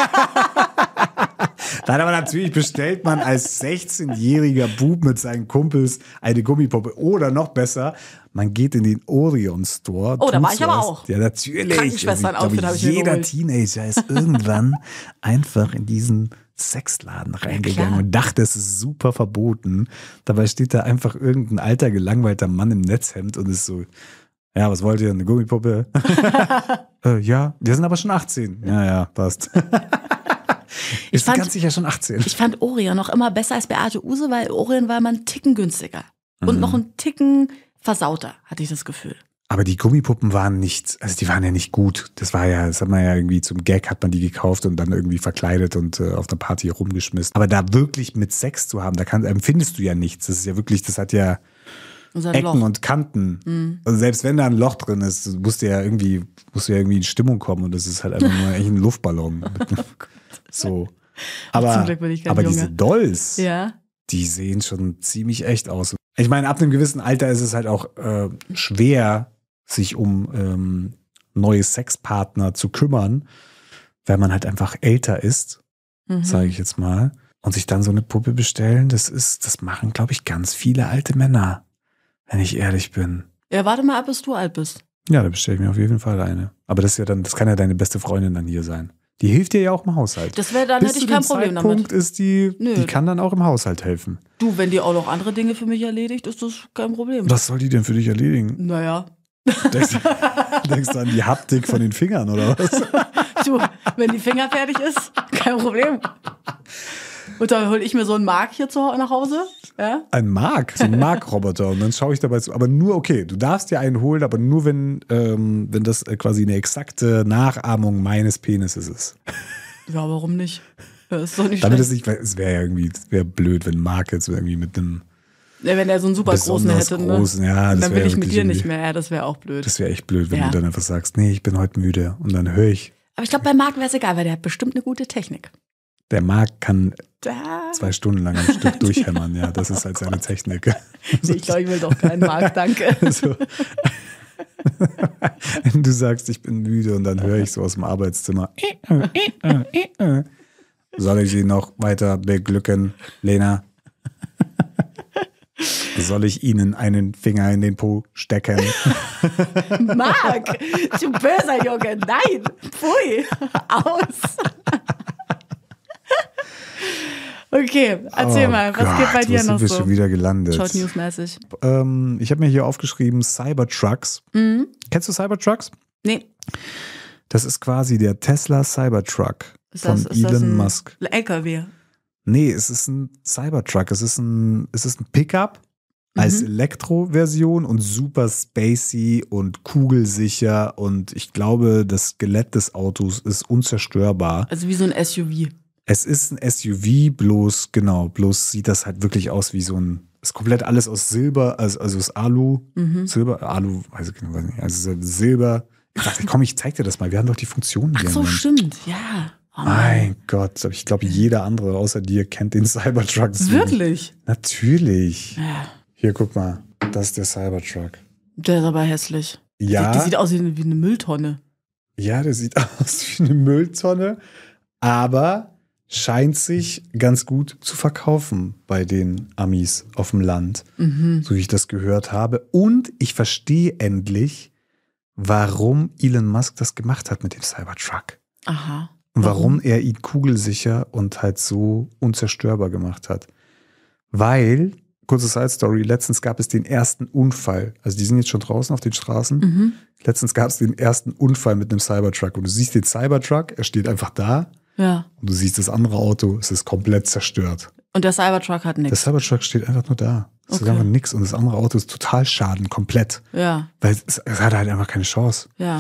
Nein, aber natürlich bestellt man als sechzehnjähriger Bub mit seinen Kumpels eine Gummipuppe. Oder noch besser, man geht in den Orion Store. Oh, da war tut ich aber sowas. auch. Ja, natürlich. Krankenschwestern-Outfit Also, habe ich mir jeder geholt. Teenager ist irgendwann einfach in diesen Sexladen reingegangen klar. und dachte, es ist super verboten. Dabei steht da einfach irgendein alter, gelangweilter Mann im Netzhemd und ist so, ja, was wollt ihr, eine Gummipuppe? äh, ja, wir sind aber schon achtzehn. Ja, ja, passt. Ich Ist fand- ganz sicher schon achtzehn. Ich fand Orion noch immer besser als Beate Use, weil Orion war immer einen Ticken günstiger. Und Mhm. noch einen Ticken versauter, hatte ich das Gefühl. Aber die Gummipuppen waren nicht, also die waren ja nicht gut. Das war ja, das hat man ja irgendwie zum Gag, hat man die gekauft und dann irgendwie verkleidet und äh, auf einer Party rumgeschmissen. Aber da wirklich mit Sex zu haben, da kann, empfindest du ja nichts. Das ist ja wirklich, das hat ja Unser Ecken Loch. und Kanten. Mhm. Also selbst wenn da ein Loch drin ist, musst du ja irgendwie, musst du ja irgendwie in Stimmung kommen und das ist halt einfach nur echt ein Luftballon. So. Aber, Zum Glück bin ich kein aber Junge. diese Dolls, Ja. die sehen schon ziemlich echt aus. Ich meine, ab einem gewissen Alter ist es halt auch äh, schwer, sich um ähm, neue Sexpartner zu kümmern, weil man halt einfach älter ist, Mhm. sage ich jetzt mal. Und sich dann so eine Puppe bestellen, das ist, das machen, glaube ich, ganz viele alte Männer, wenn ich ehrlich bin. Ja, warte mal ab, bis du alt bist. Ja, da bestelle ich mir auf jeden Fall eine. Aber das ist ja dann, das kann ja deine beste Freundin dann hier sein. Die hilft dir ja auch im Haushalt. Das wäre dann, Bis hätte zu ich kein dem Problem Zeitpunkt damit. ist die, Nö. die kann dann auch im Haushalt helfen. Du, wenn die auch noch andere Dinge für mich erledigt, ist das kein Problem. Was soll die denn für dich erledigen? Naja. Denkst, denkst du an die Haptik von den Fingern oder was? Du, wenn die Finger fertig ist, kein Problem. Und dann hole ich mir so einen Mark hier zu, nach Hause. Ja? Ein Mark, so ein Mark-Roboter. Und dann schaue ich dabei zu. Aber nur, okay, du darfst dir einen holen, aber nur, wenn, ähm, wenn das quasi eine exakte Nachahmung meines Penises ist. Ja, warum nicht? Das ist doch nicht Damit es schlecht. nicht, es wäre ja irgendwie, es wäre blöd, wenn Mark jetzt irgendwie mit einem Ja, wenn er so einen super großen besonders hätte, großen, ne? ja, das dann wär will ich mit wirklich dir nicht irgendwie- mehr. Ja, das wäre auch blöd. Das wäre echt blöd, wenn Ja. du dann einfach sagst, nee, ich bin heute müde. Und dann höre ich, Aber ich glaube, bei Marc wäre es egal, weil der hat bestimmt eine gute Technik. der Marc kann Da. zwei Stunden lang am Stück durchhämmern. Ja, das ist halt seine Technik. Ich glaube, ich will doch keinen Marc, danke. So. Wenn du sagst, ich bin müde und dann höre ich so aus dem Arbeitszimmer. Soll ich sie noch weiter beglücken, Lena? Soll ich Ihnen einen Finger in den Po stecken? Marc, du böser Junge, nein, pfui, aus. Okay, erzähl Oh mal, was Gott, geht bei dir wo noch sind wir so? schon wieder gelandet? Short News-mäßig. Ähm, ich habe mir hier aufgeschrieben Cybertrucks. Mhm. Kennst du Cybertrucks? Nee, Das ist quasi der Tesla Cybertruck ist von das, ist das Elon ein Musk. L K W? Nee, es ist ein Cybertruck. Es ist ein, es ist ein Pickup als Mhm. Elektroversion und super spacey und kugelsicher. Und ich glaube, das Skelett des Autos ist unzerstörbar. Also wie so ein S U V. Es ist ein S U V, bloß, genau, bloß sieht das halt wirklich aus wie so ein, ist komplett alles aus Silber, also, also aus Alu, Mhm. Silber, Alu, weiß ich nicht, also Silber. Ich dachte, komm, ich zeig dir das mal. Wir haben doch die Funktionen Ach hier. so, Mensch. stimmt, ja. Oh Mann. Mein Gott, aber ich glaube, jeder andere außer dir kennt den Cybertruck. deswegen- Wirklich? Natürlich. Ja, Hier, guck mal. Das ist der Cybertruck. der ist aber hässlich. Ja, Die, die sieht aus wie wie eine Mülltonne. ja, der sieht aus wie eine Mülltonne, aber scheint sich ganz gut zu verkaufen bei den Amis auf dem Land, Mhm. so wie ich das gehört habe. Und ich verstehe endlich, warum Elon Musk das gemacht hat mit dem Cybertruck. Aha. Und warum er ihn kugelsicher und halt so unzerstörbar gemacht hat. Weil, kurze Side-Story, letztens gab es den ersten Unfall. Also die sind jetzt schon draußen auf den Straßen. Mhm. Letztens gab es den ersten Unfall mit einem Cybertruck. Und du siehst den Cybertruck, er steht einfach da. Ja. Und du siehst das andere Auto, es ist komplett zerstört. Und der Cybertruck hat Der nichts. Cybertruck steht einfach nur da. Es ist Okay. einfach nix. Und das andere Auto ist total schaden, komplett. Ja, Weil es, es hat halt einfach keine Chance. ja.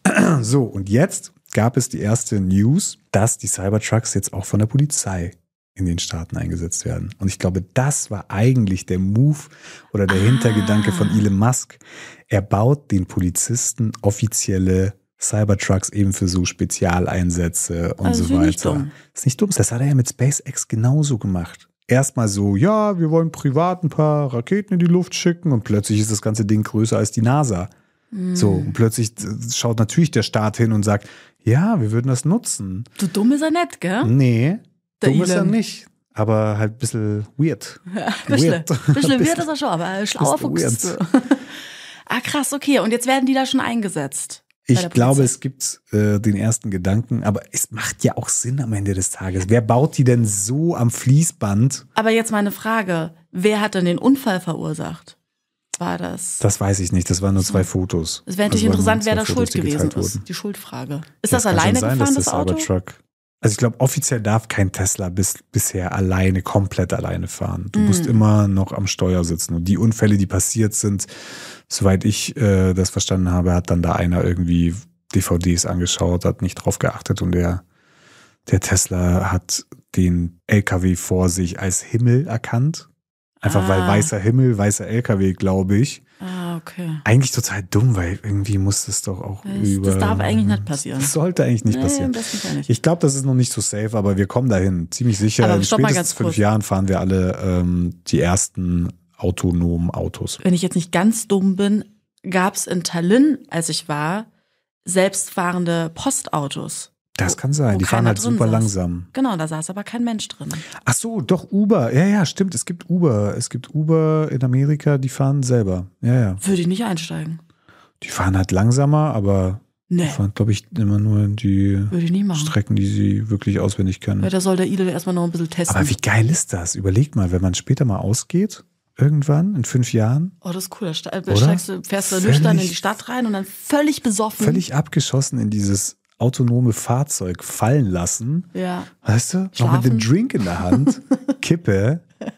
So, und jetzt gab es die erste News, dass die Cybertrucks jetzt auch von der Polizei in den Staaten eingesetzt werden. Und ich glaube, das war eigentlich der Move oder der Ah. Hintergedanke von Elon Musk. Er baut den Polizisten offizielle Cybertrucks eben für so Spezialeinsätze und Also so finde ich weiter. dumm. Das ist nicht dumm. Das hat er ja mit SpaceX genauso gemacht. Erstmal so, ja, wir wollen privat ein paar Raketen in die Luft schicken und plötzlich ist das ganze Ding größer als die NASA. So, und plötzlich schaut natürlich der Staat hin und sagt, ja, wir würden das nutzen. So dumm ist er nicht, gell? Nee, Der dumm ist er Elon. nicht. Aber halt ein bisschen weird. Bisschen, Weird. bisschen wird das auch schon, aber äh, schlauer Bisschen Fuchs. ist weird. du. Ah, krass, okay. Und jetzt werden die da schon eingesetzt. bei der Ich glaube, Polizei. es gibt äh, den ersten Gedanken, aber es macht ja auch Sinn am Ende des Tages. Wer baut die denn so am Fließband? Aber jetzt meine Frage. Wer hat denn den Unfall verursacht? War das? Das weiß ich nicht, das waren nur zwei Fotos. Es wäre natürlich Also waren interessant, nur wer zwei da Fotos, schuld die gewesen geteilt wurden. ist. Die Schuldfrage. Ist Ja, das es kann alleine schon sein, gefahren, dass das der Auto? Cybertruck. Also ich glaube, offiziell darf kein Tesla bis, bisher alleine, komplett alleine fahren. Du Mm. musst immer noch am Steuer sitzen. Und die Unfälle, die passiert sind, soweit ich äh, das verstanden habe, hat dann da einer irgendwie D V Ds angeschaut, hat nicht drauf geachtet und der, der Tesla hat den L K W vor sich als Himmel erkannt. Einfach Ah. weil weißer Himmel, weißer L K W, glaube ich. Ah, okay. Eigentlich total dumm, weil irgendwie muss das doch auch Das- das über... darf eigentlich nicht passieren. Das sollte eigentlich nicht Nee, passieren. am besten gar nicht. Ich glaube, das ist noch nicht so safe, aber wir kommen dahin. Ziemlich sicher. Aber In stopp mal spätestens ganz fünf kurz. Jahren fahren wir alle ähm, die ersten autonomen Autos. Wenn ich jetzt nicht ganz dumm bin, gab es in Tallinn, als ich war, selbstfahrende Postautos. Das kann sein. wo Die fahren keiner halt drin super saß. langsam. Genau, da saß aber kein Mensch drin. Ach so, doch Uber. Ja, ja, stimmt. Es gibt Uber. Es gibt Uber in Amerika, die fahren selber. Ja, ja. Würde ich nicht einsteigen. Die fahren halt langsamer, aber Nee, die fahren, glaube ich, immer nur die würde ich nie machen. Strecken, die sie wirklich auswendig können. Ja, da soll der Idel erstmal noch ein bisschen testen. Aber wie geil ist das? Überleg mal, wenn man später mal ausgeht, irgendwann, in fünf Jahren, Oh, das ist cool. Da ste- Oder? steigst du, fährst du Völlig- nüchtern in die Stadt rein und dann völlig besoffen. völlig abgeschossen in dieses autonome Fahrzeug fallen lassen. Ja. Weißt du? Noch mit Schlafen. dem Drink in der Hand, Kippe,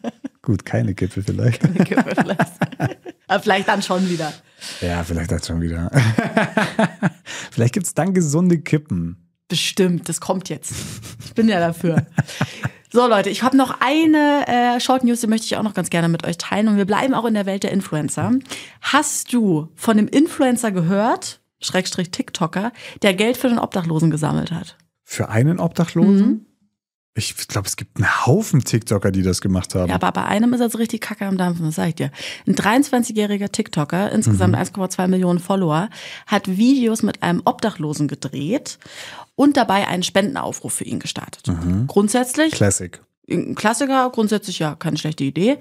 Gut, keine Kippe vielleicht. Keine Kippe vielleicht. Aber vielleicht dann schon wieder. Ja, vielleicht dann schon wieder. Vielleicht gibt es dann gesunde Kippen. Bestimmt, das kommt jetzt. Ich bin ja dafür. So Leute, ich habe noch eine äh, Short News, die möchte ich auch noch ganz gerne mit euch teilen. Und wir bleiben auch in der Welt der Influencer. Hast du von dem Influencer gehört, Schrägstrich TikToker, der Geld für den Obdachlosen gesammelt hat? Für einen Obdachlosen? Mhm. Ich glaube, es gibt einen Haufen TikToker, die das gemacht haben. Ja, aber bei einem ist er so richtig Kacke am Dampfen, das sag ich dir. Ein dreiundzwanzigjähriger TikToker, insgesamt mhm. eins Komma zwei Millionen Follower, hat Videos mit einem Obdachlosen gedreht und dabei einen Spendenaufruf für ihn gestartet. Mhm. Grundsätzlich. Classic. Ein Klassiker, grundsätzlich ja, keine schlechte Idee.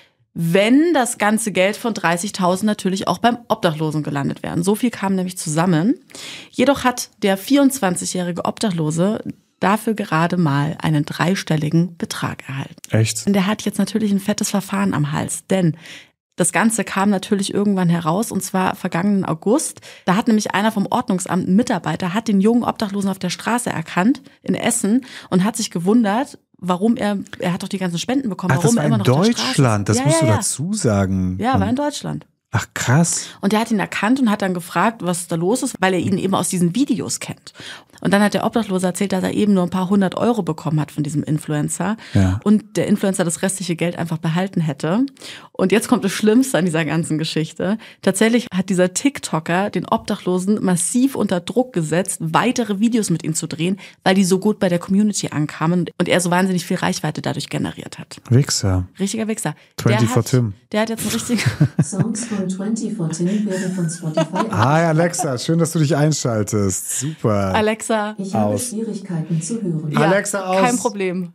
Wenn das ganze Geld von dreißigtausend natürlich auch beim Obdachlosen gelandet wäre. So viel kam nämlich zusammen. Jedoch hat der vierundzwanzigjährige Obdachlose dafür gerade mal einen dreistelligen Betrag erhalten. Echt? Und der hat jetzt natürlich ein fettes Verfahren am Hals, denn das Ganze kam natürlich irgendwann heraus, und zwar vergangenen August. Da hat nämlich einer vom Ordnungsamt, ein Mitarbeiter, hat den jungen Obdachlosen auf der Straße erkannt, in Essen, und hat sich gewundert, warum er, er hat doch die ganzen Spenden bekommen, Ach, warum das war er immer in noch auf der Straße Deutschland, ist. das ja, musst ja, du ja. dazu sagen. Ja, war in Deutschland. Ach, krass. Und der hat ihn erkannt und hat dann gefragt, was da los ist, weil er ihn eben aus diesen Videos kennt. Und dann hat der Obdachlose erzählt, dass er eben nur ein paar hundert Euro bekommen hat von diesem Influencer. Ja. Und der Influencer das restliche Geld einfach behalten hätte. Und jetzt kommt das Schlimmste an dieser ganzen Geschichte. Tatsächlich hat dieser TikToker den Obdachlosen massiv unter Druck gesetzt, weitere Videos mit ihm zu drehen, weil die so gut bei der Community ankamen und er so wahnsinnig viel Reichweite dadurch generiert hat. Wichser. Richtiger Wichser. vierundzwanzig Tim. Der hat jetzt ein richtig... Songs von vierundzwanzig Tim werden von Spotify. Hi Alexa, schön, dass du dich einschaltest. Super. Alexa. Ich habe Aus. Schwierigkeiten zu hören. Ja, Alexa aus. Kein Problem.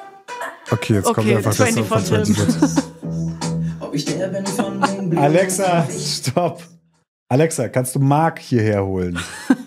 Okay, jetzt Okay, kommt einfach das Song von vierundzwanzig vierundzwanzig Tim. Ob ich der bin von den Blumen. Alexa, stopp. Alexa, kannst du Mark hierher holen?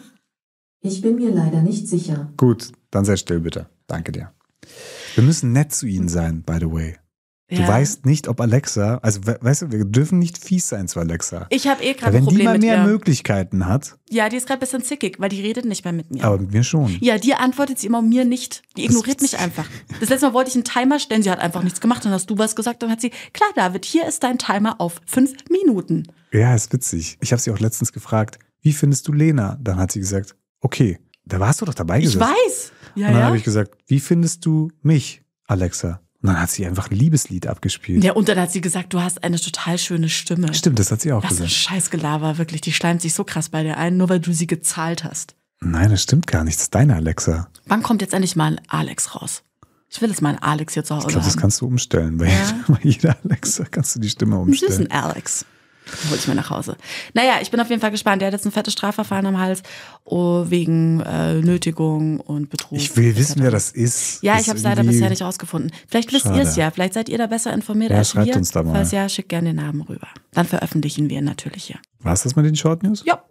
Ich bin mir leider nicht sicher. Gut, dann sei still bitte. Danke dir. Wir müssen nett zu ihnen sein, by the way. Du Ja. weißt nicht, ob Alexa, also we- weißt du, wir dürfen nicht fies sein zu Alexa. Ich habe eh Weil gerade ein wenn die Problem mal mit mehr ihr. Möglichkeiten hat, Ja, die ist gerade ein bisschen zickig, weil die redet nicht mehr mit mir. aber mit mir schon. Ja, dir antwortet sie immer, mir nicht. Die ignoriert mich einfach. Das letzte Mal wollte ich einen Timer stellen, sie hat einfach nichts gemacht. Dann hast du was gesagt, dann hat sie, klar David, hier ist dein Timer auf fünf Minuten. Ja, ist witzig. Ich habe sie auch letztens gefragt, wie findest du Lena? Dann hat sie gesagt, okay, da warst du doch dabei Ich gesessen. weiß. Ja, Und dann ja. habe ich gesagt, wie findest du mich, Alexa? Und dann hat sie einfach ein Liebeslied abgespielt. Ja, und dann hat sie gesagt, du hast eine total schöne Stimme. Stimmt, das hat sie auch Was für ein gesagt. Scheißgelaber, wirklich. Die schleimt sich so krass bei dir ein, nur weil du sie gezahlt hast. Nein, das stimmt gar nicht. Das ist deine Alexa. Wann kommt jetzt endlich mal ein Alex raus? Ich will jetzt mal einen Alex hier zu Hause Ich glaube, das haben. kannst du umstellen. Bei, Ja. bei jeder Alexa kannst du die Stimme Einen süßen umstellen. Alex. Hol ich mir nach Hause. Naja, ich bin auf jeden Fall gespannt. Der hat jetzt ein fettes Strafverfahren am Hals oh, wegen äh, Nötigung und Betrug. Ich will et wissen, cetera. wer das ist. Ja, Das ich habe es ist leider irgendwie- bisher nicht rausgefunden. Vielleicht wisst Schade. ihr es ja. Vielleicht seid ihr da besser informiert Ja, als schreibt wir. uns da mal. Falls ja, schickt gerne den Namen rüber. Dann veröffentlichen wir ihn natürlich hier. War's das mit den Short News? Ja.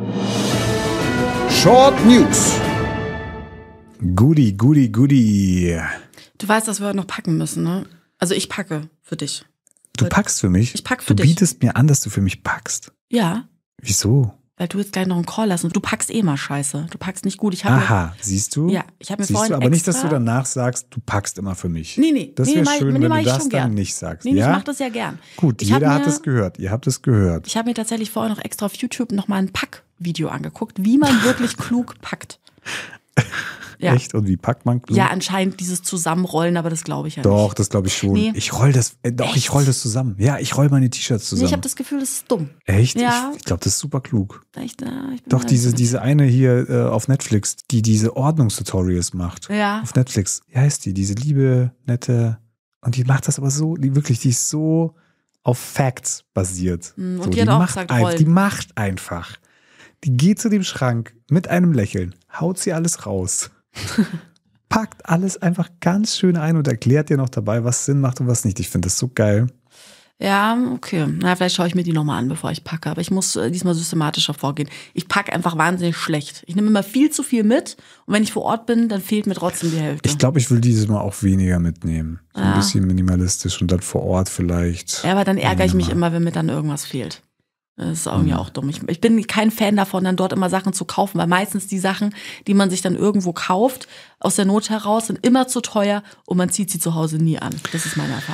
Short News. Goodie, goodie, goodie. Du weißt, dass wir heute noch packen müssen, ne? Also ich packe für dich. Du packst für mich? Ich pack für du dich. bietest mir an, dass du für mich packst. Ja, Wieso? weil du jetzt gleich noch einen Call hast und du packst eh mal scheiße. Du packst nicht gut. Ich habe Aha, siehst du? Ja, ich hab mir Siehst vorhin du, aber nicht, dass extra- du danach sagst, du packst immer für mich. Nee, nee. Das nee, wäre mach ich- schön, nee, wenn mach du ich das schon dann gern. nicht sagst. Nee, nee, ja? ich mach das ja gern. Gut, Ich hab jeder hat mir- es gehört. Ihr habt es gehört. Ich habe mir tatsächlich vorher noch extra auf YouTube nochmal ein Packvideo angeguckt, wie man wirklich klug packt. Ja. Echt? Und wie packt man klug? Ja, anscheinend dieses Zusammenrollen, aber das glaube ich ja Doch, nicht. das glaube ich schon. Nee. Ich roll das, äh, doch, ich Echt? roll das zusammen. Ja, ich roll meine T-Shirts Nee, zusammen. ich habe das Gefühl, das ist dumm. Echt? Ja. Ich, ich glaube, das ist super klug. Echt, äh, ich bin Doch, da diese, nicht- diese eine hier äh, auf Netflix, die diese Ordnungstutorials macht. Ja. Auf Netflix. Wie heißt die? Diese liebe, nette. Und die macht das aber so, die wirklich, die ist so auf Facts basiert. Mm, und so, die hat auch macht gesagt, ein, rollen. die macht einfach. Die geht zu dem Schrank mit einem Lächeln, haut sie alles raus. Packt alles einfach ganz schön ein und erklärt dir noch dabei, was Sinn macht und was nicht. Ich finde das so geil. Ja, okay. Na, vielleicht schaue ich mir die nochmal an, bevor ich packe. Aber ich muss äh, diesmal systematischer vorgehen. Ich packe einfach wahnsinnig schlecht. Ich nehme immer viel zu viel mit. Und wenn ich vor Ort bin, dann fehlt mir trotzdem die Hälfte. Ich glaube, ich will dieses Mal auch weniger mitnehmen. So ein Ja. bisschen minimalistisch und dann vor Ort vielleicht. Ja, aber dann ärgere ich mich Minimal. immer, wenn mir dann irgendwas fehlt. Das ist irgendwie Mhm. auch dumm. Ich, ich bin kein Fan davon, dann dort immer Sachen zu kaufen, weil meistens die Sachen, die man sich dann irgendwo kauft, aus der Not heraus, sind immer zu teuer und man zieht sie zu Hause nie an. Das ist meine Erfahrung.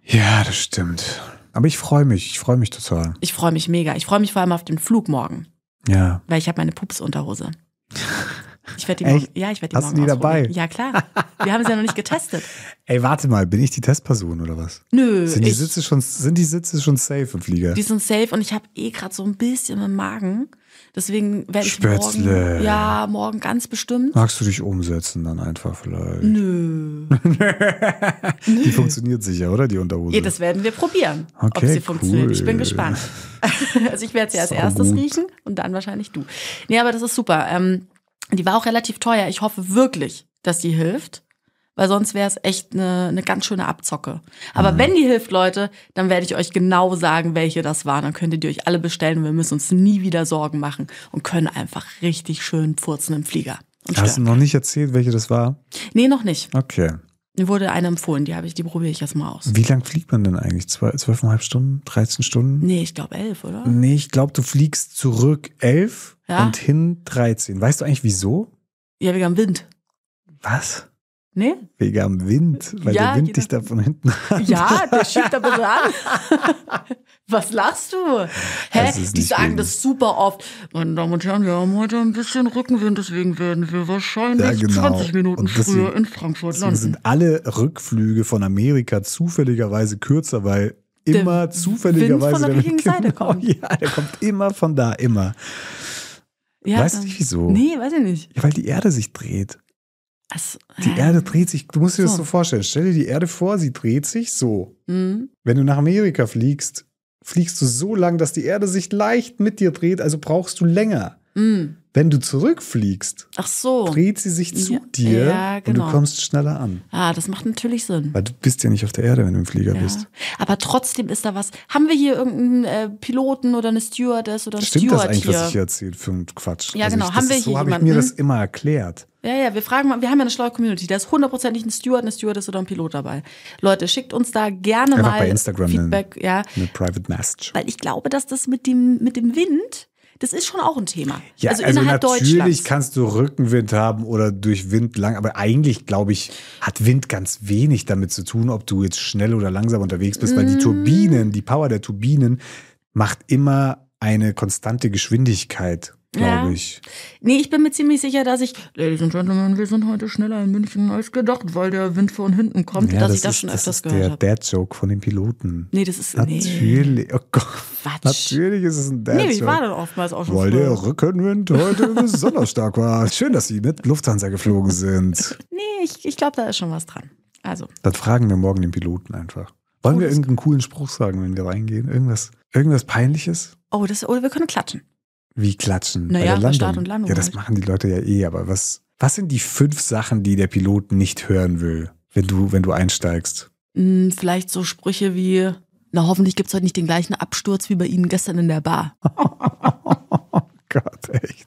Ja, das stimmt. Aber ich freue mich, ich freue mich total. Ich freue mich mega. Ich freue mich vor allem auf den Flug morgen. Ja. Weil ich habe meine Pupsunterhose. Ich werde die Echt? morgen, ja, ich werde die Hast morgen du die dabei? ausprobieren. Ja, klar. Wir haben sie ja noch nicht getestet. Ey, warte mal, bin ich die Testperson oder was? Nö, Sind die ich, Sitze schon, sind die Sitze schon safe im Flieger? die sind safe und ich habe eh gerade so ein bisschen im Magen. Deswegen werde ich Spätzle. morgen, ja, morgen ganz bestimmt. Magst du dich umsetzen dann einfach vielleicht? Nö. Die funktioniert sicher, oder, die Unterhose? Ja, das werden wir probieren, ob Okay, sie funktioniert. cool. Ich bin gespannt. Also ich werde sie als Sau erstes gut. riechen und dann wahrscheinlich du. Nee, aber das ist super. Ähm, die war auch relativ teuer. Ich hoffe wirklich, dass die hilft, weil sonst wäre es echt eine, eine ganz schöne Abzocke. Aber Mhm. wenn die hilft, Leute, dann werde ich euch genau sagen, welche das war. Dann könnt ihr die euch alle bestellen und wir müssen uns nie wieder Sorgen machen und können einfach richtig schön furzen im Flieger. Und Hast du stören. noch nicht erzählt, welche das war? Nee, noch nicht. Okay. Mir wurde eine empfohlen, die habe ich, die probiere ich jetzt mal aus. Wie lang fliegt man denn eigentlich? Zwei, zwölfeinhalb Stunden? dreizehn Stunden? Nee, ich glaube elf, oder? Nee, ich glaube, du fliegst zurück elf Ja? und hin dreizehn. Weißt du eigentlich wieso? Ja, wegen am Wind. Was? Nee? Wegen am Wind, weil Ja, der Wind jeder- dich da von hinten hat. Ja, der schiebt da bitte an. Was lachst du? Hä? Das ist Die nicht sagen wegen- das super oft. Meine Damen und Herren, wir haben heute ein bisschen Rückenwind, deswegen werden wir wahrscheinlich Ja, genau. zwanzig Minuten Und deswegen- früher in Frankfurt Deswegen landen. sind alle Rückflüge von Amerika zufälligerweise kürzer, weil immer Der zufälligerweise Wind von der richtigen Seite kommt. Ja, der kommt immer von da, immer. Ja, weißt du dann- nicht wieso? Nee, weiß ich nicht. Ja, weil die Erde sich dreht. Also, Die äh, Erde dreht sich, du musst dir das so. so vorstellen. Stell dir die Erde vor, sie dreht sich so. hm. Wenn du nach Amerika fliegst, fliegst du so lang, dass die Erde sich leicht mit dir dreht, also brauchst du länger. Hm. Wenn du zurückfliegst, Ach so. dreht sie sich zu Ja, dir ja, und du genau. kommst schneller an. Ah, das macht natürlich Sinn. Weil du bist ja nicht auf der Erde, wenn du im Flieger Ja. bist. Aber trotzdem ist da was. Haben wir hier irgendeinen äh, Piloten oder eine Stewardess oder einen Stimmt das Steward eigentlich, hier? was ich hier erzähle für einen Quatsch? Ja, Also genau. Ich, Haben das wir ist, hier so habe ich mir jemanden? das immer erklärt. Ja, ja, wir fragen mal, wir haben ja eine schlaue Community, da ist hundertprozentig ein Steward, eine Stewardess oder ein Pilot dabei. Leute, schickt uns da gerne Einfach mal bei Instagram eine- Feedback, ja, Eine Private Message. weil ich glaube, dass das mit dem, mit dem Wind, das ist schon auch ein Thema. Ja, also, also, innerhalb natürlich Deutschlands. kannst du Rückenwind haben oder durch Wind lang, aber eigentlich, glaube ich, hat Wind ganz wenig damit zu tun, ob du jetzt schnell oder langsam unterwegs bist, weil die Mm. Turbinen, die Power der Turbinen macht immer eine konstante Geschwindigkeit, glaube Ja. ich. Nee, ich bin mir ziemlich sicher, dass ich, Ladies and Gentlemen, wir sind heute schneller in München als gedacht, weil der Wind von hinten kommt, Ja, dass das ich das ist, schon das öfters ist gehört der habe. Dad-Joke von den Piloten. Nee, das ist, nee, Natürlich, oh Gott, Quatsch. natürlich ist es ein Dad-Joke. Nee, ich war dann oftmals auch schon Weil der früher. Rückenwind heute besonders stark war. Schön, dass Sie mit Lufthansa geflogen sind. Nee, ich, ich glaube, da ist schon was dran. Also, Dann fragen wir morgen den Piloten einfach. Wollen Oh, wir das- irgendeinen coolen Spruch sagen, wenn wir reingehen? Irgendwas, irgendwas Peinliches? oh, das, oder wir können klatschen. Wie klatschen Naja, bei der bei Landung? Start und Landung Ja, das halt. machen die Leute ja eh. Aber was, was sind die fünf Sachen, die der Pilot nicht hören will, wenn du, wenn du einsteigst? Hm, vielleicht so Sprüche wie, na hoffentlich gibt's heute nicht den gleichen Absturz wie bei Ihnen gestern in der Bar. Oh Gott, echt.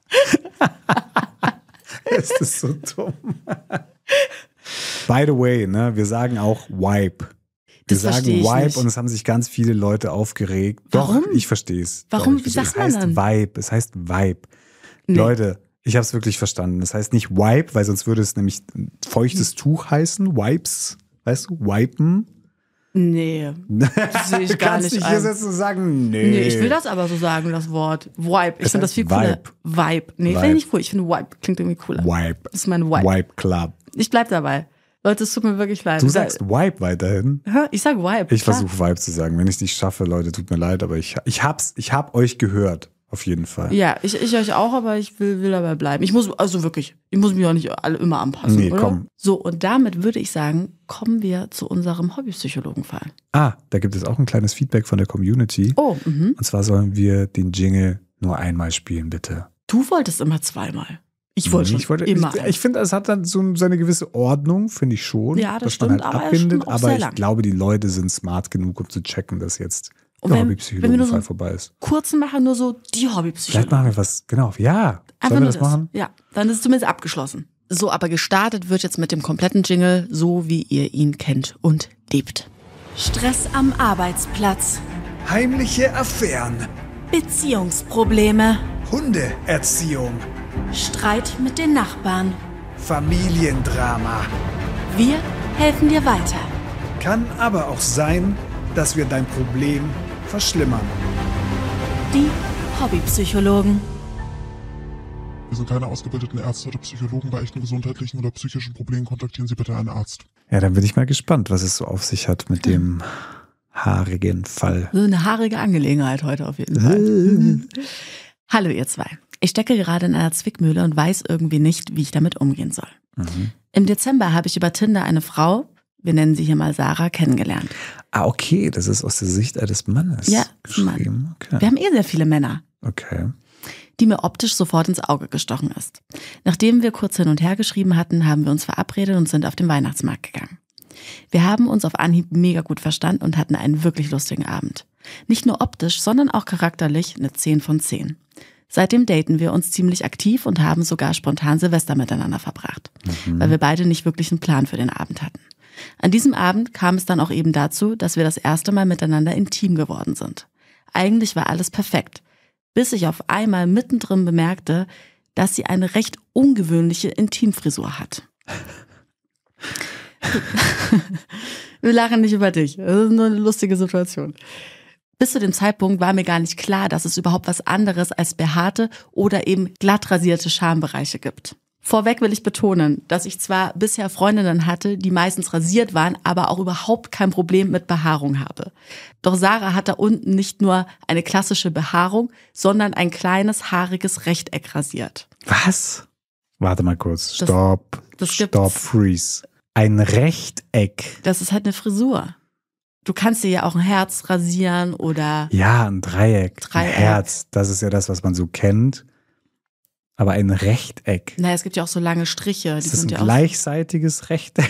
Es ist so dumm. By the way, ne, wir sagen auch Wipe. Wir Das sagen versteh ich Wipe nicht. und es haben sich ganz viele Leute aufgeregt. Warum? Doch, ich verstehe es. Warum? Doch, ich Wie versteh's. sagt man Es heißt dann? Vibe. Es heißt Vibe. Nee. Leute, ich habe es wirklich verstanden. Es heißt nicht Wipe, weil sonst würde es nämlich feuchtes Tuch heißen. Wipes. Weißt du? Wipen. Nee, das sehe ich Du gar kannst nicht nicht hier ein. sitzen und sagen, nee. Nee, ich will das aber so sagen, das Wort. Vibe. Ich Es finde das heißt viel cooler. Vibe. Nee, finde Vibe. ich nicht cool. Ich finde Vibe klingt irgendwie cooler. Wipe. Das ist mein Vibe. Wipe Club. Ich bleib dabei. Leute, es tut mir wirklich leid. Du sagst Wipe weiterhin. Hä? Ich sag Vibe. Ich klar. versuche Vibe zu sagen. Wenn ich es nicht schaffe, Leute, tut mir leid, aber ich, ich hab's, ich hab euch gehört. Auf jeden Fall. Ja, ich, ich euch auch, aber ich will, will dabei bleiben. Ich muss, also wirklich, ich muss mich auch nicht alle immer anpassen, Nee, oder? komm. So, und damit würde ich sagen, kommen wir zu unserem Hobbypsychologenfall. Ah, da gibt es auch ein kleines Feedback von der Community. Oh, mhm. Und zwar sollen wir den Jingle nur einmal spielen, bitte. Du wolltest immer zweimal. Ich wollte schon ich wollte, immer. Ich, ich finde, es hat dann so seine gewisse Ordnung, finde ich schon. Ja, das dass stimmt, man aber halt er ist schon abbindet. auch Aber sehr ich lang. glaube, die Leute sind smart genug, um zu checken, dass jetzt Und der wenn- wenn wir nur Hobbypsychologenfall so- vorbei ist. kurzen machen, nur so die Vielleicht Hobbypsychologen. machen wir was, genau, ja. Einfach Sollen wir nur das machen? Ja, dann ist es zumindest abgeschlossen. So, aber gestartet wird jetzt mit dem kompletten Jingle, so wie ihr ihn kennt und liebt. Stress am Arbeitsplatz, Heimliche Affären, Beziehungsprobleme, Hundeerziehung, Streit mit den Nachbarn. Familiendrama, Wir helfen dir weiter. Kann aber auch sein, dass wir dein Problem verschlimmern. Die Hobbypsychologen. Wir sind keine ausgebildeten Ärzte oder Psychologen. Bei echten gesundheitlichen oder psychischen Problemen kontaktieren Sie bitte einen Arzt. Ja, dann bin ich mal gespannt, was es so auf sich hat mit dem haarigen Fall. So eine haarige Angelegenheit heute auf jeden Fall. Hallo ihr zwei. Ich stecke gerade in einer Zwickmühle und weiß irgendwie nicht, wie ich damit umgehen soll. Mhm. Im Dezember habe ich über Tinder eine Frau, wir nennen sie hier mal Sarah, kennengelernt. Ah, okay, das ist aus der Sicht eines Mannes Ja, geschrieben. Okay. Wir haben eh sehr viele Männer. Okay. Die mir optisch sofort ins Auge gestochen ist. Nachdem wir kurz hin und her geschrieben hatten, haben wir uns verabredet und sind auf den Weihnachtsmarkt gegangen. Wir haben uns auf Anhieb mega gut verstanden und hatten einen wirklich lustigen Abend. Nicht nur optisch, sondern auch charakterlich eine zehn von zehn. Seitdem daten wir uns ziemlich aktiv und haben sogar spontan Silvester miteinander verbracht, mhm. weil wir beide nicht wirklich einen Plan für den Abend hatten. An diesem Abend kam es dann auch eben dazu, dass wir das erste Mal miteinander intim geworden sind. Eigentlich war alles perfekt, bis ich auf einmal mittendrin bemerkte, dass sie eine recht ungewöhnliche Intimfrisur hat. Wir lachen nicht über dich, das ist nur eine lustige Situation. Bis zu dem Zeitpunkt war mir gar nicht klar, dass es überhaupt was anderes als behaarte oder eben glatt rasierte Schambereiche gibt. Vorweg will ich betonen, dass ich zwar bisher Freundinnen hatte, die meistens rasiert waren, aber auch überhaupt kein Problem mit Behaarung habe. Doch Sarah hat da unten nicht nur eine klassische Behaarung, sondern ein kleines, haariges Rechteck rasiert. Was? Warte mal kurz. Das, Stopp. das Stopp, freeze. Ein Rechteck. Das ist halt eine Frisur. Du kannst dir ja auch ein Herz rasieren oder... Ja, ein Dreieck, Dreieck. Ein Herz. Das ist ja das, was man so kennt. Aber ein Rechteck. Naja, es gibt ja auch so lange Striche. Ist die das sind ein ja auch gleichseitiges Rechteck?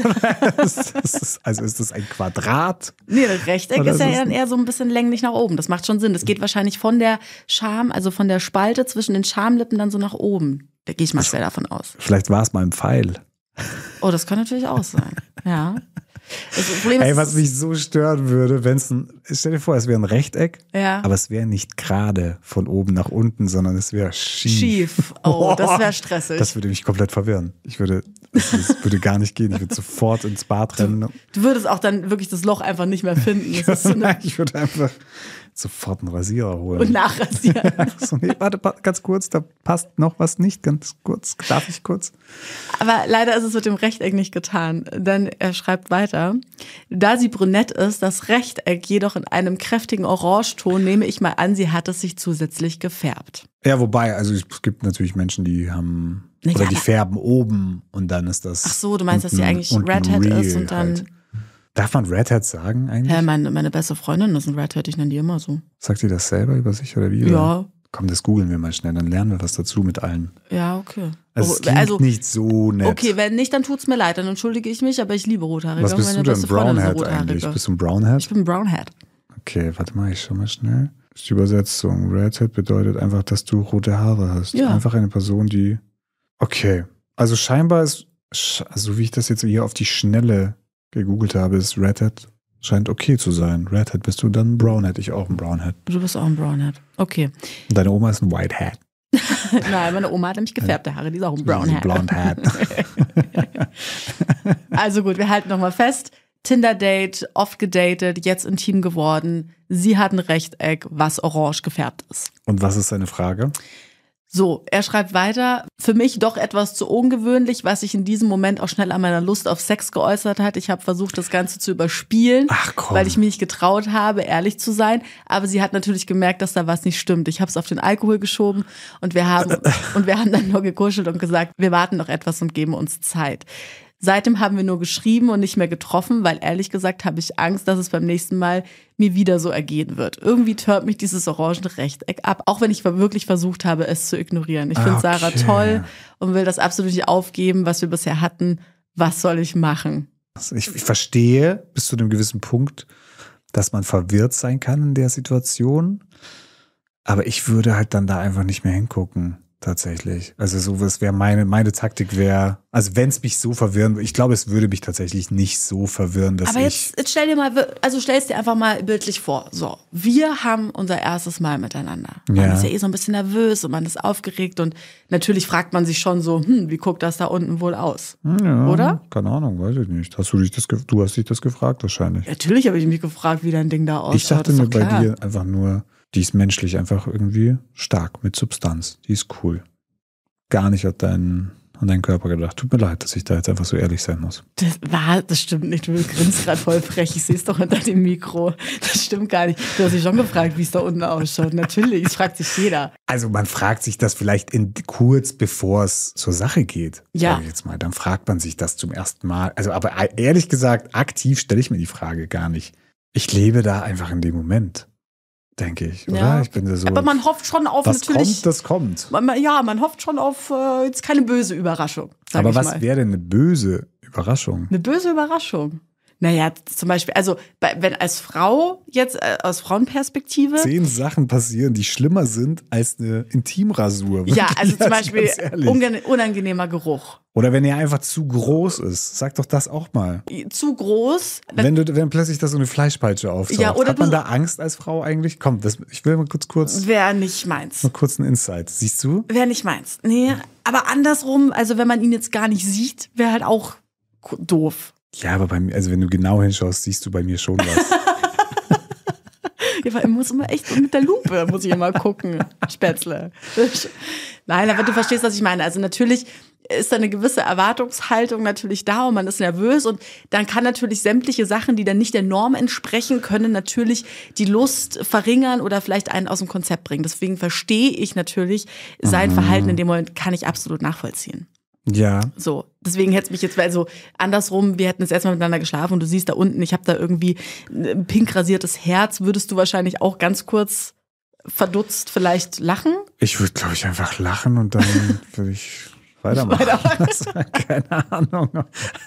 ist das, also ist das ein Quadrat? Nee, das Rechteck Oder ist ja ist es dann eher so ein bisschen länglich nach oben. Das macht schon Sinn. Das geht wahrscheinlich von der Scham, also von der Spalte zwischen den Schamlippen dann so nach oben. Da gehe ich mal schwer davon aus. Vielleicht war es mal ein Pfeil. Oh, das kann natürlich auch sein. Ja. Das Problem ist, Ey, was mich so stören würde, wenn es ein, stell dir vor, es wäre ein Rechteck, ja. aber es wäre nicht gerade von oben nach unten, sondern es wäre schief. Schief. Oh, das wäre stressig. Das würde mich komplett verwirren. Ich würde, das, das würde gar nicht gehen. Ich würde sofort ins Bad rennen. Du, du würdest auch dann wirklich das Loch einfach nicht mehr finden. Das ist so eine ich würde einfach sofort einen Rasierer holen. und nachrasieren. so, nee, warte, ganz kurz, da passt noch was nicht. Ganz kurz, darf ich kurz? Aber leider ist es mit dem Rechteck nicht getan, denn er schreibt weiter, da sie brünett ist, das Rechteck jedoch in einem kräftigen Orangeton, nehme ich mal an, sie hat es sich zusätzlich gefärbt. Ja, wobei, also es gibt natürlich Menschen, die haben, oder ja, die färben oben und dann ist das. Ach so, du meinst, unten, dass sie eigentlich unten Redhead real ist und dann... Halt. Darf man Redhead sagen eigentlich? Ja, meine, meine beste Freundin ist ein Redhead, ich nenne die immer so. Sagt sie das selber über sich oder wie? Ja. Oder? Komm, das googeln wir mal schnell, dann lernen wir was dazu mit allen. Ja, okay. Also es klingt also, nicht so nett. Okay, wenn nicht, dann tut's mir leid, dann entschuldige ich mich, aber ich liebe Rothaarige. Was bist meine du denn, beste Freundin ist eine Brownhead eigentlich? Rothaarige. Bist du ein Brownhead? Ich bin ein Brownhead. Okay, warte mal, ich schau mal schnell. Das ist die Übersetzung. Redhead bedeutet einfach, dass du rote Haare hast. Ja. Einfach eine Person, die... Okay, also scheinbar ist, also wie ich das jetzt hier auf die Schnelle gegoogelt habe, ist Redhead... Scheint okay zu sein. Redhead bist du, dann Brownhead. Ich auch ein Brownhead. Du bist auch ein Brownhead. Okay. Und deine Oma ist ein Whitehead. Nein, meine Oma hat nämlich gefärbte Haare, die ist auch ein Brownhead. Blondhead. Also gut, wir halten nochmal fest. Tinder-Date, oft gedatet, jetzt intim geworden. Sie hat ein Rechteck, was orange gefärbt ist. Und was ist seine Frage? So, er schreibt weiter, für mich doch etwas zu ungewöhnlich, was sich in diesem Moment auch schnell an meiner Lust auf Sex geäußert hat. Ich habe versucht, das Ganze zu überspielen, Ach, komm. weil ich mich nicht getraut habe, ehrlich zu sein. Aber sie hat natürlich gemerkt, dass da was nicht stimmt. Ich habe es auf den Alkohol geschoben und wir haben und wir haben dann nur gekuschelt und gesagt, wir warten noch etwas und geben uns Zeit. Seitdem haben wir nur geschrieben und nicht mehr getroffen, weil ehrlich gesagt habe ich Angst, dass es beim nächsten Mal mir wieder so ergehen wird. Irgendwie tört mich dieses orange Rechteck ab, auch wenn ich wirklich versucht habe, es zu ignorieren. Ich finde Okay. Sarah toll und will das absolut nicht aufgeben, was wir bisher hatten. Was soll ich machen? Ich, ich verstehe bis zu einem gewissen Punkt, dass man verwirrt sein kann in der Situation. Aber ich würde halt dann da einfach nicht mehr hingucken. tatsächlich. Also so, was wäre meine, meine Taktik wäre, also wenn es mich so verwirren würde, ich glaube, es würde mich tatsächlich nicht so verwirren, dass Aber ich... jetzt, jetzt stell dir mal, also stell es dir einfach mal bildlich vor. So, wir haben unser erstes Mal miteinander. Man Ja. ist ja eh so ein bisschen nervös und man ist aufgeregt und natürlich fragt man sich schon so, hm, wie guckt das da unten wohl aus? Ja, Oder? Keine Ahnung, weiß ich nicht. Hast du dich das, ge- du hast dich das gefragt wahrscheinlich. Natürlich habe ich mich gefragt, wie dein Ding da ausschaut. Ich dachte ist mir doch bei klar. dir einfach nur, die ist menschlich einfach irgendwie stark, mit Substanz. Die ist cool. Gar nicht an deinen, an deinen Körper gedacht. Tut mir leid, dass ich da jetzt einfach so ehrlich sein muss. Das war, das stimmt nicht. Du grinst gerade voll frech. Ich sehe es doch hinter dem Mikro. Das stimmt gar nicht. Du hast dich schon gefragt, wie es da unten ausschaut. Natürlich, das fragt sich jeder. Also man fragt sich das vielleicht in, kurz bevor es zur Sache geht. Ja. Sag ich jetzt mal. Dann fragt man sich das zum ersten Mal. Also aber ehrlich gesagt, aktiv stelle ich mir die Frage gar nicht. Ich lebe da einfach in dem Moment, denke ich, oder? Ja. Ich bin da so. Aber man hofft schon auf was natürlich. kommt, das kommt. Man- man- Ja, man hofft schon auf äh, jetzt keine böse Überraschung. Sag Aber ich was mal. wäre denn eine böse Überraschung? Eine böse Überraschung. Naja, zum Beispiel, also bei, wenn als Frau jetzt äh, aus Frauenperspektive. Zehn Sachen passieren, die schlimmer sind als eine Intimrasur. Ja, Wirklich, also zum Beispiel ganz ehrlich. unge- unangenehmer Geruch. Oder wenn er einfach zu groß ist. Sag doch das auch mal. Zu groß. Wenn, du, wenn plötzlich da so eine Fleischpeitsche auftaucht, Ja, oder hat man du- da Angst als Frau eigentlich? Komm, das, ich will mal kurz, kurz, Wäre nicht meins. mal kurz einen Insight. Siehst du? Wäre nicht meins. Nee, aber andersrum, also wenn man ihn jetzt gar nicht sieht, wäre halt auch ko- doof. Ja, aber bei mir, also wenn du genau hinschaust, siehst du bei mir schon was. Ja, weil ich muss immer echt mit der Lupe, muss ich immer gucken. Spätzle. Nein, aber du verstehst, was ich meine. Also natürlich ist da eine gewisse Erwartungshaltung natürlich da und man ist nervös und dann kann natürlich sämtliche Sachen, die dann nicht der Norm entsprechen, können natürlich die Lust verringern oder vielleicht einen aus dem Konzept bringen. Deswegen verstehe ich natürlich sein Verhalten in dem Moment, kann ich absolut nachvollziehen. Ja. So, deswegen hätte es mich jetzt, also andersrum, wir hätten jetzt erstmal miteinander geschlafen und du siehst da unten, ich habe da irgendwie ein pink rasiertes Herz, würdest du wahrscheinlich auch ganz kurz verdutzt vielleicht lachen? Ich würde, glaube ich, einfach lachen und dann würde ich weitermachen. Keine Ahnung.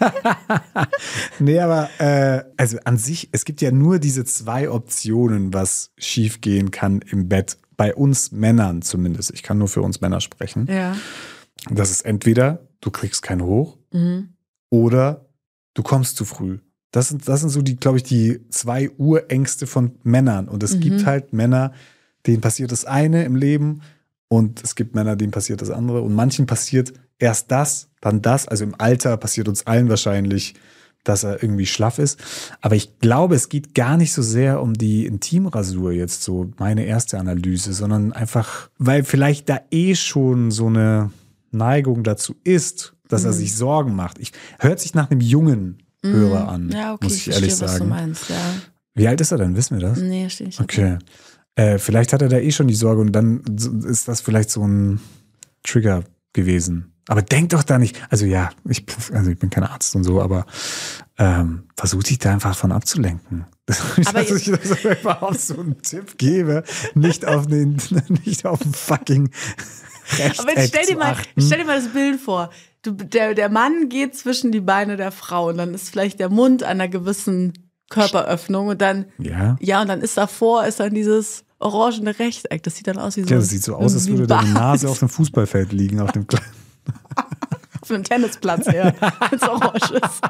Nee, aber äh, also an sich, es gibt ja nur diese zwei Optionen, was schiefgehen kann im Bett. Bei uns Männern zumindest. Ich kann nur für uns Männer sprechen. Ja. Das ist entweder, du kriegst keinen hoch Mhm. oder du kommst zu früh. Das sind, das sind so die, glaube ich, die zwei Urängste von Männern. Und es Mhm. gibt halt Männer, denen passiert das eine im Leben und es gibt Männer, denen passiert das andere. Und manchen passiert erst das, dann das. Also im Alter passiert uns allen wahrscheinlich, dass er irgendwie schlaff ist. Aber ich glaube, es geht gar nicht so sehr um die Intimrasur jetzt, so meine erste Analyse, sondern einfach, weil vielleicht da eh schon so eine Neigung dazu ist, dass er sich Sorgen macht. Ich, hört sich nach einem jungen Hörer an, Ja, okay, muss ich ich ehrlich verstehe, was du sagen. meinst, ja. Wie alt ist er denn? Wissen wir das? Nee, stehe ich. Okay. Äh, vielleicht hat er da eh schon die Sorge und dann ist das vielleicht so ein Trigger gewesen. Aber denk doch da nicht, also ja, ich, also ich bin kein Arzt und so, aber ähm, versuch dich da einfach von abzulenken. Aber Dass ich das überhaupt so einen Tipp gebe, nicht auf den, nicht auf den fucking Rechteck Aber jetzt stell dir zu mal, achten. stell dir mal das Bild vor. Du, der, der Mann geht zwischen die Beine der Frau und dann ist vielleicht der Mund an einer gewissen Körperöffnung und dann, Ja. ja, und dann ist davor, ist dann dieses orangene Rechteck. Das sieht dann aus wie so Ja, das sieht so aus, als wie ein würde deine Bart. Nase auf dem Fußballfeld liegen, auf dem kleinen. Auf einem Tennisplatz, ja. Wenn's orange ist.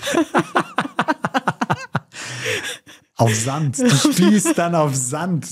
Auf Sand. Du spielst dann auf Sand.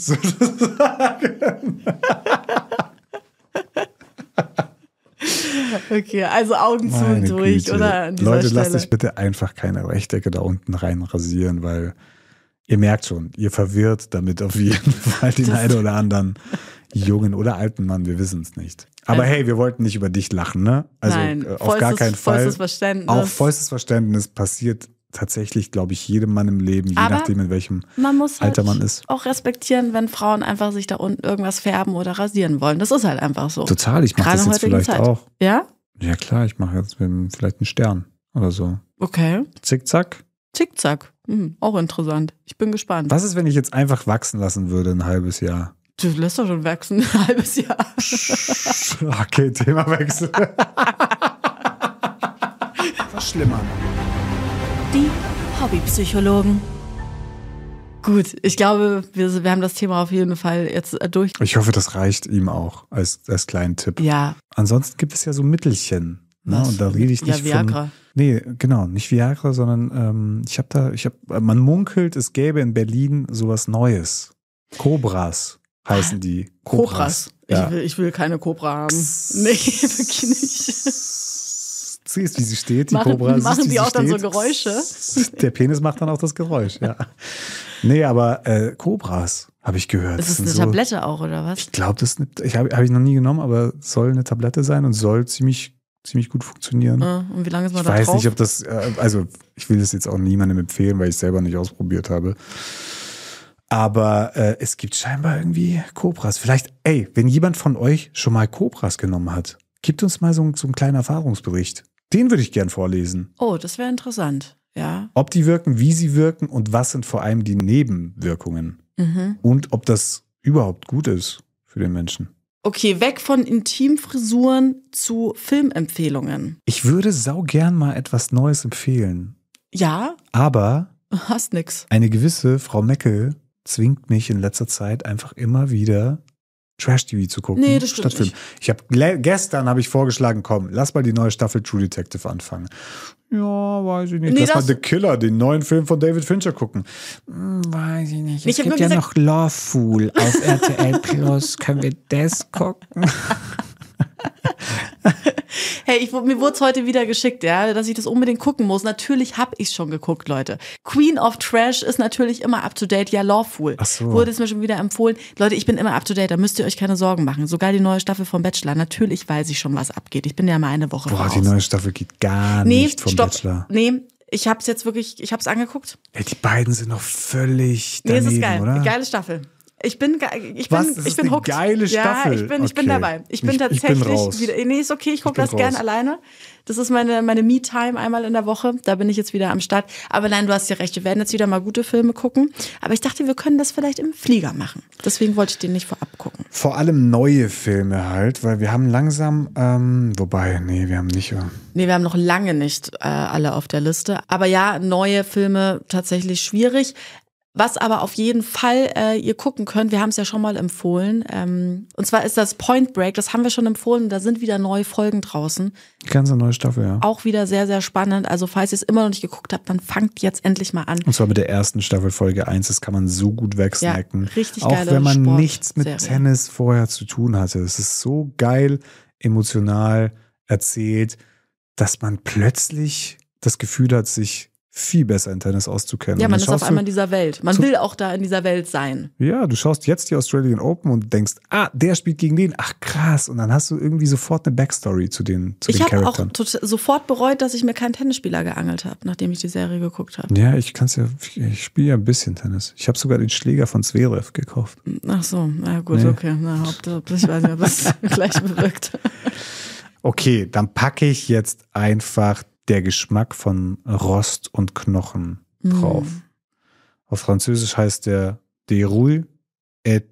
Okay, also Augen zu und Meine durch, Güte. oder? An dieser Leute, Stelle. lasst euch bitte einfach keine Rechtecke da unten rein rasieren, weil ihr merkt schon, ihr verwirrt damit auf jeden Fall den einen oder anderen jungen oder alten Mann, wir wissen es nicht. Aber Also- hey, wir wollten nicht über dich lachen, ne? Also Nein, äh, auf gar vollstes- keinen Fall. vollstes Verständnis. Auch vollstes Verständnis passiert tatsächlich, glaube ich, jedem Mann im Leben, je Aber nachdem, in welchem Man muss halt Alter man ist. auch respektieren, wenn Frauen einfach sich da unten irgendwas färben oder rasieren wollen. Das ist halt einfach so. Total, ich mache Gerade das in jetzt heutigen vielleicht Zeit. auch. Ja? Ja klar, ich mache jetzt mit- vielleicht einen Stern oder so. Okay. Zickzack. Zickzack. Hm, auch interessant. Ich bin gespannt. Was ist, wenn ich jetzt einfach wachsen lassen würde, ein halbes Jahr? Du lässt doch schon wachsen, ein halbes Jahr. Okay, Themawechsel. Verschlimmern. Die Hobbypsychologen. Gut, ich glaube, wir, wir haben das Thema auf jeden Fall jetzt durch. Ich hoffe, das reicht ihm auch als, als kleinen Tipp. Ja. Ansonsten gibt es ja so Mittelchen. Ne? Was? Und da rede ich nicht Ja, Viagra. von. Nee, genau, nicht Viagra, sondern ähm, ich habe da, ich habe, man munkelt, es gäbe in Berlin sowas Neues. Cobras heißen die. Cobras. Ja. Ich, will, ich will keine Cobra haben. Nee, wirklich nicht. Siehst, wie sie steht, die Machen- Cobra. machen Siehst, wie die sie auch dann so steht? Geräusche? Der Penis macht dann auch das Geräusch, ja. Nee, aber äh, Cobras habe ich gehört. Ist es sind eine so, Tablette auch, oder was? Ich glaube, das ist eine, ich habe hab ich noch nie genommen, aber soll eine Tablette sein und soll ziemlich, ziemlich gut funktionieren. Äh, Und wie lange ist man Ich da weiß drauf? nicht, ob das, äh, also ich will das jetzt auch niemandem empfehlen, weil ich es selber nicht ausprobiert habe. Aber äh, es gibt scheinbar irgendwie Cobras. Vielleicht, ey, wenn jemand von euch schon mal Cobras genommen hat, gibt uns mal so, so einen kleinen Erfahrungsbericht. Den würde ich gern vorlesen. Oh, das wäre interessant. Ja. Ob die wirken, wie sie wirken und was sind vor allem die Nebenwirkungen. Mhm. Und ob das überhaupt gut ist für den Menschen. Okay, weg von Intimfrisuren zu Filmempfehlungen. Ich würde sau gern mal etwas Neues empfehlen. Ja, Aber hast nix. eine gewisse Frau Meckel zwingt mich in letzter Zeit einfach immer wieder Trash-T V zu gucken. Nee, das stimmt statt Film. nicht. Ich habe gestern habe ich vorgeschlagen, komm, lass mal die neue Staffel True Detective anfangen. Ja, weiß ich nicht. Nee, lass mal das- The Killer, den neuen Film von David Fincher gucken. Hm, weiß ich nicht. Ich Es hab gibt nur ja gesagt- noch Lawful auf R T L Plus. Können wir das gucken? Hey, ich, mir wurde es heute wieder geschickt, ja, dass ich das unbedingt gucken muss. Natürlich habe ich es schon geguckt, Leute. Queen of Trash ist natürlich immer up to date. Ja, Lawful. Ach so. Wurde es mir schon wieder empfohlen. Leute, ich bin immer up to date. Da müsst ihr euch keine Sorgen machen. Sogar die neue Staffel vom Bachelor. Natürlich weiß ich schon, was abgeht. Ich bin ja mal eine Woche Boah, voraus. die neue Staffel geht gar nee, nicht vom stopp. Bachelor. Nee, ich habe es jetzt wirklich, ich habe es angeguckt. Ey, die beiden sind noch völlig Nee, daneben, es ist geil. oder? Geile Staffel. Ich bin, ge- ich bin, Was? Das ich ist bin eine hooked. geile Staffel? Ja, ich bin, ich bin Okay. dabei. Ich bin Ich- ich bin tatsächlich raus. wieder. Nee, ist okay, ich gucke bin das gern raus. alleine. Das ist meine, meine Me-Time einmal in der Woche. Da bin ich jetzt wieder am Start. Aber nein, du hast ja recht. Wir werden jetzt wieder mal gute Filme gucken. Aber ich dachte, wir können das vielleicht im Flieger machen. Deswegen wollte ich den nicht vorab gucken. Vor allem neue Filme halt, weil wir haben langsam, ähm, wobei, nee, wir haben nicht. Äh, Nee, wir haben noch lange nicht äh, alle auf der Liste. Aber ja, neue Filme tatsächlich schwierig. Was aber auf jeden Fall äh, ihr gucken könnt, wir haben es ja schon mal empfohlen. Ähm, und zwar ist das Point Break, das haben wir schon empfohlen. Da sind wieder neue Folgen draußen. ganz eine neue Staffel, ja. Auch wieder sehr, sehr spannend. Also falls ihr es immer noch nicht geguckt habt, dann fangt jetzt endlich mal an. Und zwar mit der ersten Staffel Folge eins, das kann man so gut wegsnacken. Ja, richtig Auch geile wenn man Sportserie. nichts mit Tennis vorher zu tun hatte. Es ist so geil, emotional erzählt, dass man plötzlich das Gefühl hat, sich viel besser in Tennis auszukennen. Ja, Und man dann ist auf schaust einmal in du, dieser Welt. Man zu- will auch da in dieser Welt sein. Ja, du schaust jetzt die Australian Open und denkst, ah, der spielt gegen den. Ach krass. Und dann hast du irgendwie sofort eine Backstory zu den, zu Ich den habe auch Charakteren. tot- sofort bereut, dass ich mir keinen Tennisspieler geangelt habe, nachdem ich die Serie geguckt habe. Ja, ich kann's ja, ich spiele ja ein bisschen Tennis. Ich habe sogar den Schläger von Zverev gekauft. Ach so, na gut, Nee. okay. Na, ob, ob, ich weiß nicht, ob das gleich bewirkt. Okay, dann packe ich jetzt einfach der Geschmack von Rost und Knochen drauf. Mm. Auf Französisch heißt der Déroule et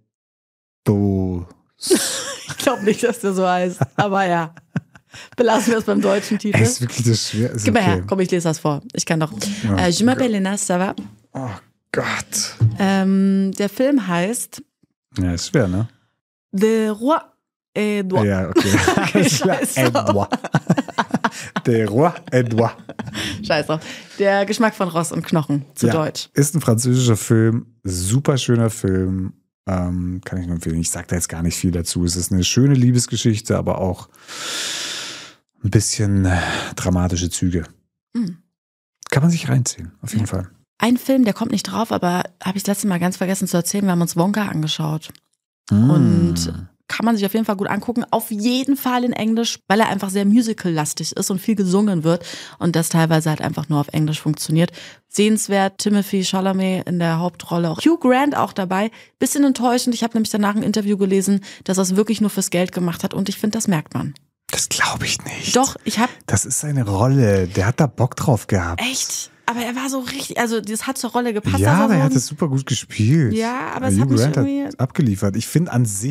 dos. Ich glaube nicht, dass der so heißt. Aber ja. Belassen wir es beim deutschen Titel. Ey, ist wirklich das schwer. Ist Gib mal okay. her, komm, ich lese das vor. Ich kann doch. Ja. Äh, Je m'appelle Lena, ça va? Oh Gott. Ähm, der Film heißt Ja, ist schwer, ne? The Roi Edouard. Ja, okay. Alles klar. scheiße. Edouard. Der Roi Edouard. Scheiß drauf. Der Geschmack von Ross und Knochen zu Ja. Deutsch. Ist ein französischer Film, super schöner Film. Ähm, kann ich nur empfehlen. Ich sage da jetzt gar nicht viel dazu. Es ist eine schöne Liebesgeschichte, aber auch ein bisschen äh, dramatische Züge. Mhm. Kann man sich reinziehen, auf jeden Ja. Fall. Ein Film, der kommt nicht drauf, aber habe ich das letzte Mal ganz vergessen zu erzählen. Wir haben uns Wonka angeschaut. Mm. Und kann man sich auf jeden Fall gut angucken. Auf jeden Fall in Englisch, weil er einfach sehr musical-lastig ist und viel gesungen wird und das teilweise halt einfach nur auf Englisch funktioniert. Sehenswert, Timothy Chalamet in der Hauptrolle, auch Hugh Grant auch dabei. Bisschen enttäuschend, ich habe nämlich danach ein Interview gelesen, dass er es wirklich nur fürs Geld gemacht hat und ich finde, das merkt man. Das glaube ich nicht. Doch, ich habe Das ist seine Rolle. Der hat da Bock drauf gehabt. echt, aber er war so richtig, also das hat zur Rolle gepasst. Ja, dass aber er so hat es super gut gespielt. Ja, aber Äh, es hat Hugh mich Grant irgendwie- hat abgeliefert. Ich finde an sich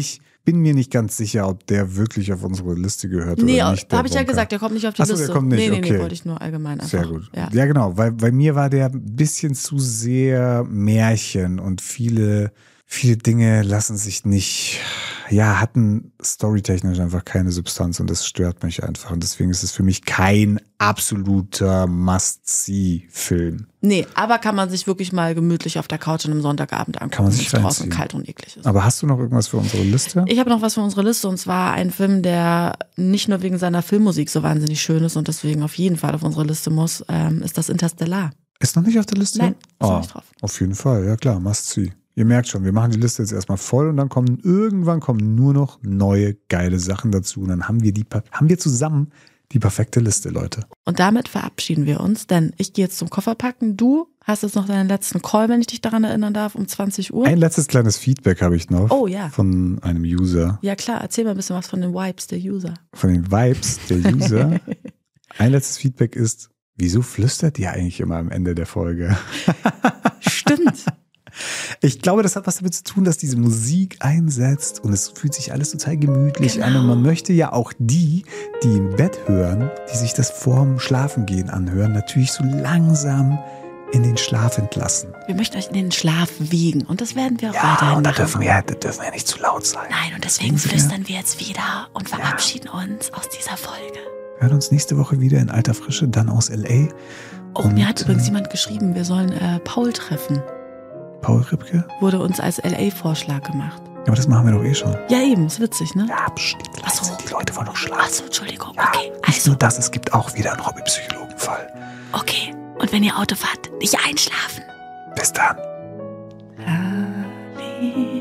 bin mir nicht ganz sicher, ob der wirklich auf unsere Liste gehört Nee, oder nicht. habe ich ja gesagt, der kommt nicht auf die Achso, Liste. der kommt nicht, nee, nee, okay. nee, wollte ich nur allgemein einfach. Sehr gut. Ja, Ja, genau, weil bei mir war der ein bisschen zu sehr Märchen und viele, viele Dinge lassen sich nicht, ja, hatten storytechnisch einfach keine Substanz und das stört mich einfach. Und deswegen ist es für mich kein absoluter Must-See-Film. Nee, aber kann man sich wirklich mal gemütlich auf der Couch an einem Sonntagabend angucken, Kann man sich wenn es draußen reinziehen. kalt und eklig ist. Aber hast du noch irgendwas für unsere Liste? Ich habe noch was für unsere Liste und zwar ein Film, der nicht nur wegen seiner Filmmusik so wahnsinnig schön ist und deswegen auf jeden Fall auf unsere Liste muss, ähm, ist das Interstellar. Ist noch nicht auf der Liste? Nein, ist oh, noch nicht drauf. Auf jeden Fall, ja klar, Must-See. Ihr merkt schon, wir machen die Liste jetzt erstmal voll und dann kommen irgendwann kommen nur noch neue geile Sachen dazu und dann haben wir die haben wir zusammen die perfekte Liste, Leute. Und damit verabschieden wir uns, denn ich gehe jetzt zum Kofferpacken. Du hast jetzt noch deinen letzten Call, wenn ich dich daran erinnern darf, um zwanzig Uhr. Ein letztes kleines Feedback habe ich noch Oh, ja. von einem User, Ja klar, erzähl mal ein bisschen was von den Vibes der User. von den Vibes der User. Ein letztes Feedback ist, wieso flüstert ihr eigentlich immer am Ende der Folge? Stimmt. Ich glaube, das hat was damit zu tun, dass diese Musik einsetzt und es fühlt sich alles total gemütlich Genau. an und man möchte ja auch die, die im Bett hören, die sich das vorm Schlafengehen anhören, natürlich so langsam in den Schlaf entlassen. Wir möchten euch in den Schlaf wiegen und das werden wir auch weiterhin und da machen. dürfen wir, da dürfen wir nicht zu laut sein. Nein, und deswegen flüstern wir jetzt wieder und verabschieden uns aus dieser Folge. Wir hören uns nächste Woche wieder in alter Frische, dann aus L A. Oh, Und, mir hat übrigens äh, jemand geschrieben, wir sollen äh, Paul treffen. Paul Ripke? Wurde uns als L A-Vorschlag gemacht. Aber das machen wir doch eh schon. Ja, eben, ist witzig, ne? Ja, pst, jetzt Ach so. leise, die Leute wollen noch schlafen. Achso, Entschuldigung. Ja, Okay, nicht also, nur das, es gibt auch wieder einen Hobbypsychologenfall. okay. Und wenn ihr Auto fahrt, nicht einschlafen. Bis dann. Ali.